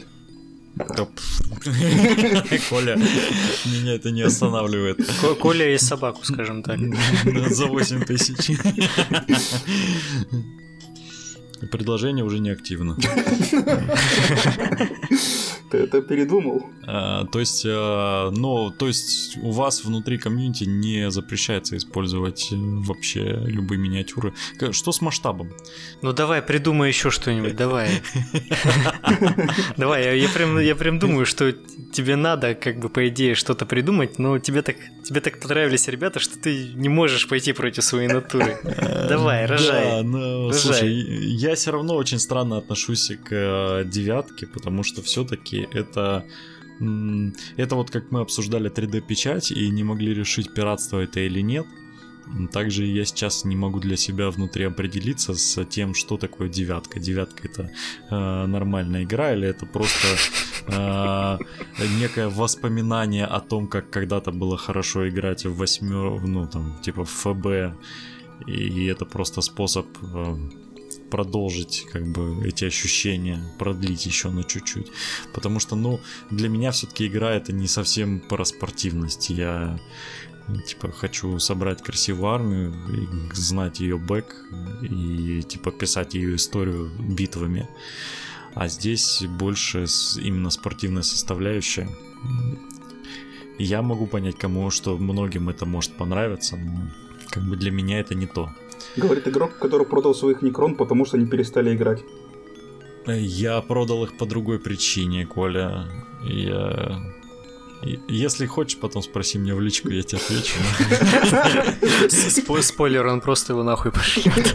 [SPEAKER 1] Коля, меня это не останавливает.
[SPEAKER 3] Коля и собаку, скажем так.
[SPEAKER 1] За 8000. Предложение уже не активно.
[SPEAKER 2] Ты это передумал?
[SPEAKER 1] То есть у вас внутри комьюнити не запрещается использовать вообще любые миниатюры. Что с масштабом?
[SPEAKER 3] Ну давай, придумай еще что-нибудь, давай. Давай, я прям думаю, что тебе надо, как бы, по идее, что-то придумать, но тебе так понравились ребята, что ты не можешь пойти против своей натуры. Давай, рожай.
[SPEAKER 1] Да, ну, слушай, я все равно очень странно отношусь к девятке, потому что все-таки это вот как мы обсуждали 3D-печать и не могли решить, пиратство это или нет. Также я сейчас не могу для себя внутри определиться с тем, что такое девятка. Девятка это нормальная игра или это просто некое воспоминание о том, как когда-то было хорошо играть в восьмерку, ну там типа в ФБ, и это просто способ продолжить как бы эти ощущения, продлить еще на чуть-чуть. Потому что, ну, для меня все-таки игра это не совсем про спортивность. Я типа хочу собрать красивую армию, и знать ее бэк и типа писать ее историю битвами. А здесь больше именно спортивная составляющая. Я могу понять, кому, что многим это может понравиться, но как бы для меня это не то.
[SPEAKER 2] Говорит игрок, который продал своих Некрон, потому что они перестали играть.
[SPEAKER 1] Я продал их по другой причине, Коля. Если хочешь, потом спроси меня в личку, я тебе отвечу.
[SPEAKER 3] Спойлер, он просто его нахуй пошлет.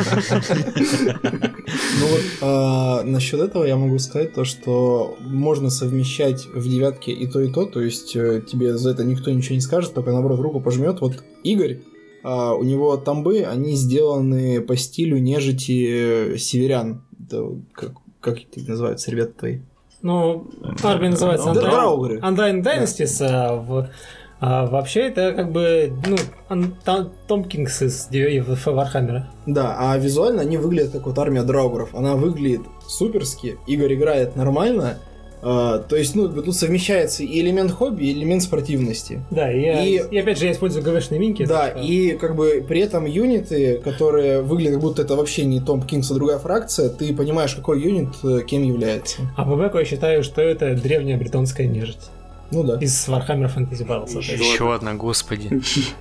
[SPEAKER 5] Ну вот, насчет этого я могу сказать то, что можно совмещать в девятке и то, есть тебе за это никто ничего не скажет, только наоборот руку пожмет. Вот Игорь, у него тамбы, они сделаны по стилю нежити северян. Это, как это называются, ребята твои?
[SPEAKER 4] Ну, армия называется Undying Dynasties, а в А вообще это как бы, Том Кингс из Вархаммера.
[SPEAKER 5] Да, а визуально они выглядят как вот армия драугров. Она выглядит суперски, Игорь играет нормально. То есть, тут совмещается и элемент хобби, и элемент спортивности.
[SPEAKER 4] Да, и опять же я использую ГВшные минки.
[SPEAKER 5] Да, и как бы при этом юниты, которые выглядят, как будто это вообще не Том Кингс, а другая фракция, ты понимаешь, какой юнит кем является.
[SPEAKER 4] А по бэку я считаю, что это древняя бретонская нежить.
[SPEAKER 5] Ну да.
[SPEAKER 4] Из Warhammer Fantasy Battles.
[SPEAKER 3] Еще одна, господи.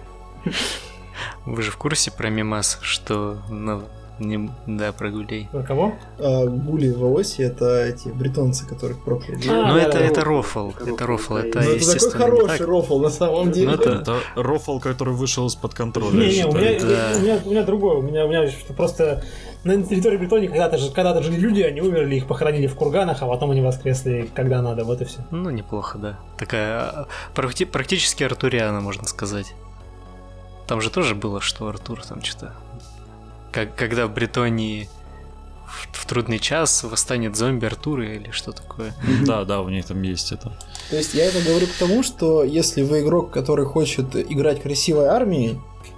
[SPEAKER 3] Вы же в курсе про мемас, что... Да, про гулей.
[SPEAKER 4] Про кого?
[SPEAKER 5] Гули в АОСе — это эти бретонцы, которых прокляли.
[SPEAKER 3] Это рофл. Это рофл. Это,
[SPEAKER 5] это такой хороший рофл на самом деле.
[SPEAKER 1] Это рофл, который вышел из-под контроля.
[SPEAKER 4] Не, у меня другое. У меня просто на территории Бретонии когда-то жили люди, они умерли, их похоронили в курганах, а потом они воскресли когда надо, вот и все.
[SPEAKER 3] Неплохо, да. Такая практически артуриана, можно сказать. Там же тоже было, что Артур там что-то... Когда в Бретонии в трудный час восстанет зомби Артура или что такое.
[SPEAKER 1] Да, у них там есть это.
[SPEAKER 5] То есть я это говорю к тому, что если вы игрок, который хочет играть красивой армией,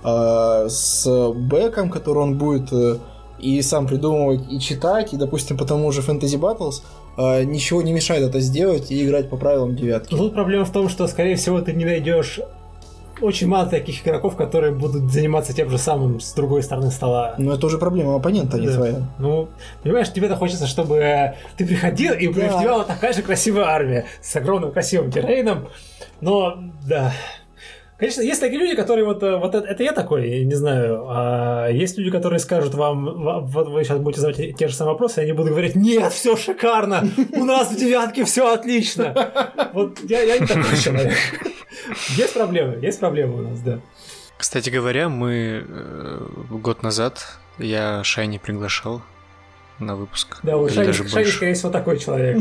[SPEAKER 5] с бэком, который он будет и сам придумывать, и читать, и, допустим, по тому же Fantasy Battles, ничего не мешает это сделать и играть по правилам девятки.
[SPEAKER 4] Тут проблема в том, что, скорее всего, ты не найдешь очень мало таких игроков, которые будут заниматься тем же самым с другой стороны стола.
[SPEAKER 5] Но это уже проблема оппонента, не твоя.
[SPEAKER 4] Понимаешь, тебе-то хочется, чтобы ты приходил, и у тебя была такая же красивая армия с огромным красивым террейном. Но, да. Конечно, есть такие люди, которые вот это я такой, я не знаю. А есть люди, которые скажут вам, вот вы сейчас будете задавать те же самые вопросы, и они будут говорить: нет, все шикарно, у нас в девятке все отлично. Вот я не такой человек. Есть проблемы у нас, да.
[SPEAKER 3] Кстати говоря, мы год назад я Шайни приглашал на выпуск.
[SPEAKER 4] Да, вот Шайни, скорее всего, такой человек.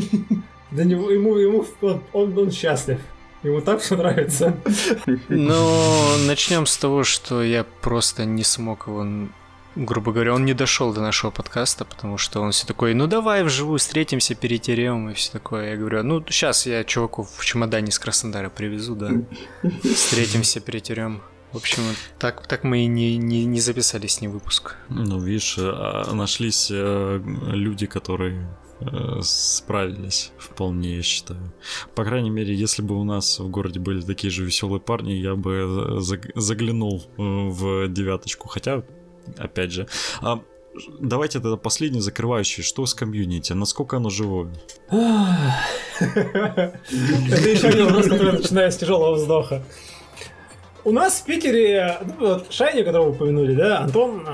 [SPEAKER 4] Ему он счастлив. Ему так все нравится.
[SPEAKER 3] Но начнем с того, что я просто не смог его, грубо говоря, он не дошел до нашего подкаста, потому что он все такой: давай вживую встретимся, перетерем и все такое. Я говорю: сейчас я чуваку в чемодане из Краснодара привезу, да. Встретимся, перетерем. В общем, так мы и не записали с ним выпуск.
[SPEAKER 1] Видишь, нашлись люди, которые справились вполне, я считаю. По крайней мере, если бы у нас в городе были такие же веселые парни, я бы заглянул в девяточку. Хотя, опять же, давайте тогда последний закрывающий. Что с комьюнити? Насколько оно живое?
[SPEAKER 4] Это еще один вопрос, который начинаю с тяжелого вздоха. У нас в Питере, Шайни, которого вы упомянули, да, Антон,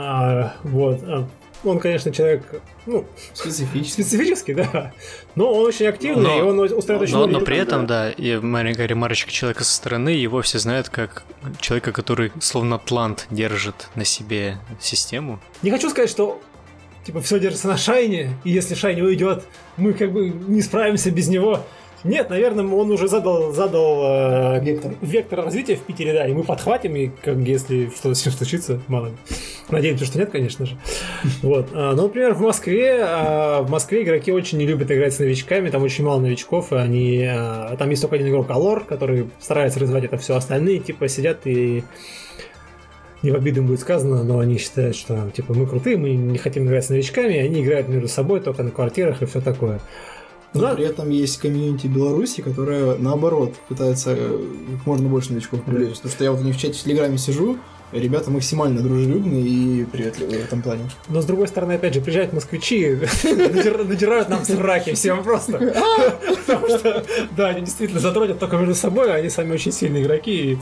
[SPEAKER 4] он, конечно, человек, специфический, да, но он очень активный, и он устраивает очень много...
[SPEAKER 3] Но при этом, да, и маленькая ремарочка человека со стороны, его все знают как человека, который словно атлант держит на себе систему. Не
[SPEAKER 4] хочу сказать, что все держится на Шайне, и если Шайни уйдет, мы как бы не справимся без него. Нет, наверное, он уже задал вектор развития в Питере, да, и мы подхватим, и если что-то с ним случится, мало ли. Надеемся, что нет, конечно же. Но, например, в Москве игроки очень не любят играть с новичками, там очень мало новичков, и там есть только один игрок Алор, который старается развивать это все, остальные сидят и... Не в обиду будет сказано, но они считают, что мы крутые, мы не хотим играть с новичками, они играют между собой только на квартирах и все такое.
[SPEAKER 5] Но при этом есть комьюнити Беларуси, которая, наоборот, пытается как можно больше новичков привлечь. Потому что я у них в чате в Телеграме сижу, ребята максимально дружелюбные и приветливые в этом плане.
[SPEAKER 4] Но, с другой стороны, опять же, приезжают москвичи, надирают нам сраки всем просто. Потому что, да, они действительно затруднят только между собой, они сами очень сильные игроки.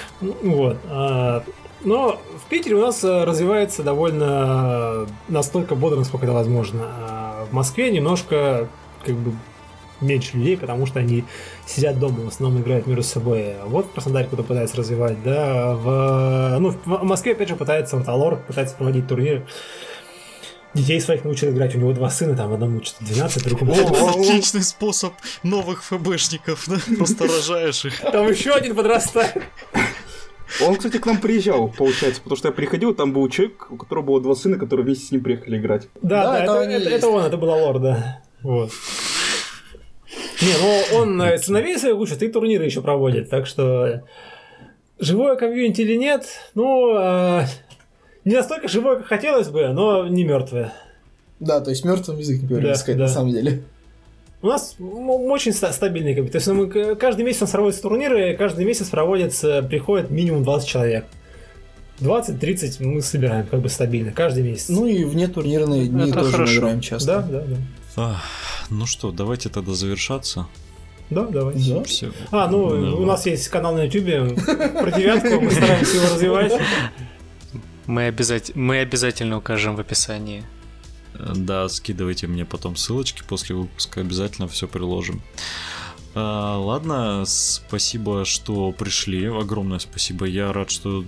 [SPEAKER 4] Но в Питере у нас развивается довольно настолько бодро, насколько это возможно. В Москве немножко меньше людей, потому что они сидят дома, в основном играют между собой. Вот в Краснодаре кто-то пытается развивать, да. В Москве, опять же, пытается Алор пытается проводить турниры. Детей своих научил играть, у него 2 сына, там одному учится 12, другому...
[SPEAKER 1] Отличный способ новых ФБшников, да? Просто рожаешь их.
[SPEAKER 4] Там еще один подрастает.
[SPEAKER 2] Он, кстати, к нам приезжал, получается, потому что я приходил, там был человек, у которого было 2 сына, которые вместе с ним приехали играть.
[SPEAKER 4] Да, это он, это был Алор, да. Вот. Он сыновей своих учит и турниры еще проводит, так что Живое комьюнити или нет? Ну, не настолько живое, как хотелось бы, но не мертвое.
[SPEAKER 5] Да, то есть мертвым язык не говорили,
[SPEAKER 4] Да,
[SPEAKER 5] сказать,
[SPEAKER 4] да.
[SPEAKER 5] на самом деле.
[SPEAKER 4] У нас очень стабильный комьюнити. То есть каждый месяц у нас проводятся турниры, каждый месяц приходит минимум 20 человек. 20-30 мы собираем как бы стабильно, каждый месяц.
[SPEAKER 5] Ну и вне турнирные дни
[SPEAKER 3] Это
[SPEAKER 5] тоже
[SPEAKER 3] хорошо.
[SPEAKER 5] играем часто.
[SPEAKER 4] Да.
[SPEAKER 1] Ну что, давайте тогда завершаться.
[SPEAKER 4] Да, давай.
[SPEAKER 5] Да.
[SPEAKER 1] Все.
[SPEAKER 4] У нас есть канал на YouTube про девятку, мы стараемся его развивать.
[SPEAKER 3] Мы обязательно укажем в описании.
[SPEAKER 1] Да, скидывайте мне потом ссылочки после выпуска, обязательно все приложим. Ладно, спасибо, что пришли, огромное спасибо. Я рад, что,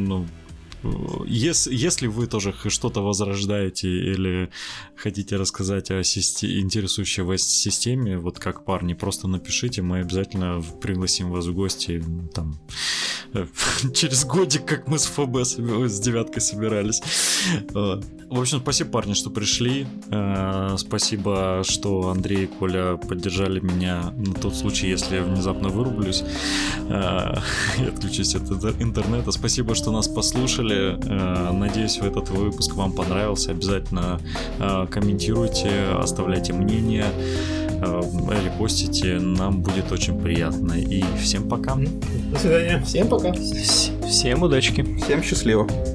[SPEAKER 1] если вы тоже что-то возрождаете или хотите рассказать о интересующей вас системе, вот как парни, просто напишите, мы обязательно пригласим вас в гости там через годик, как мы с ФБ с девяткой собирались. В общем, спасибо, парни, что пришли. Спасибо, что Андрей и Коля поддержали меня на тот случай, если я внезапно вырублюсь и отключусь от интернета. Спасибо, что нас послушали. Надеюсь, этот выпуск вам понравился. Обязательно комментируйте, оставляйте мнение, репостите. Нам будет очень приятно. И всем пока.
[SPEAKER 4] До свидания.
[SPEAKER 5] Всем пока.
[SPEAKER 3] Всем удачки.
[SPEAKER 2] Всем счастливо.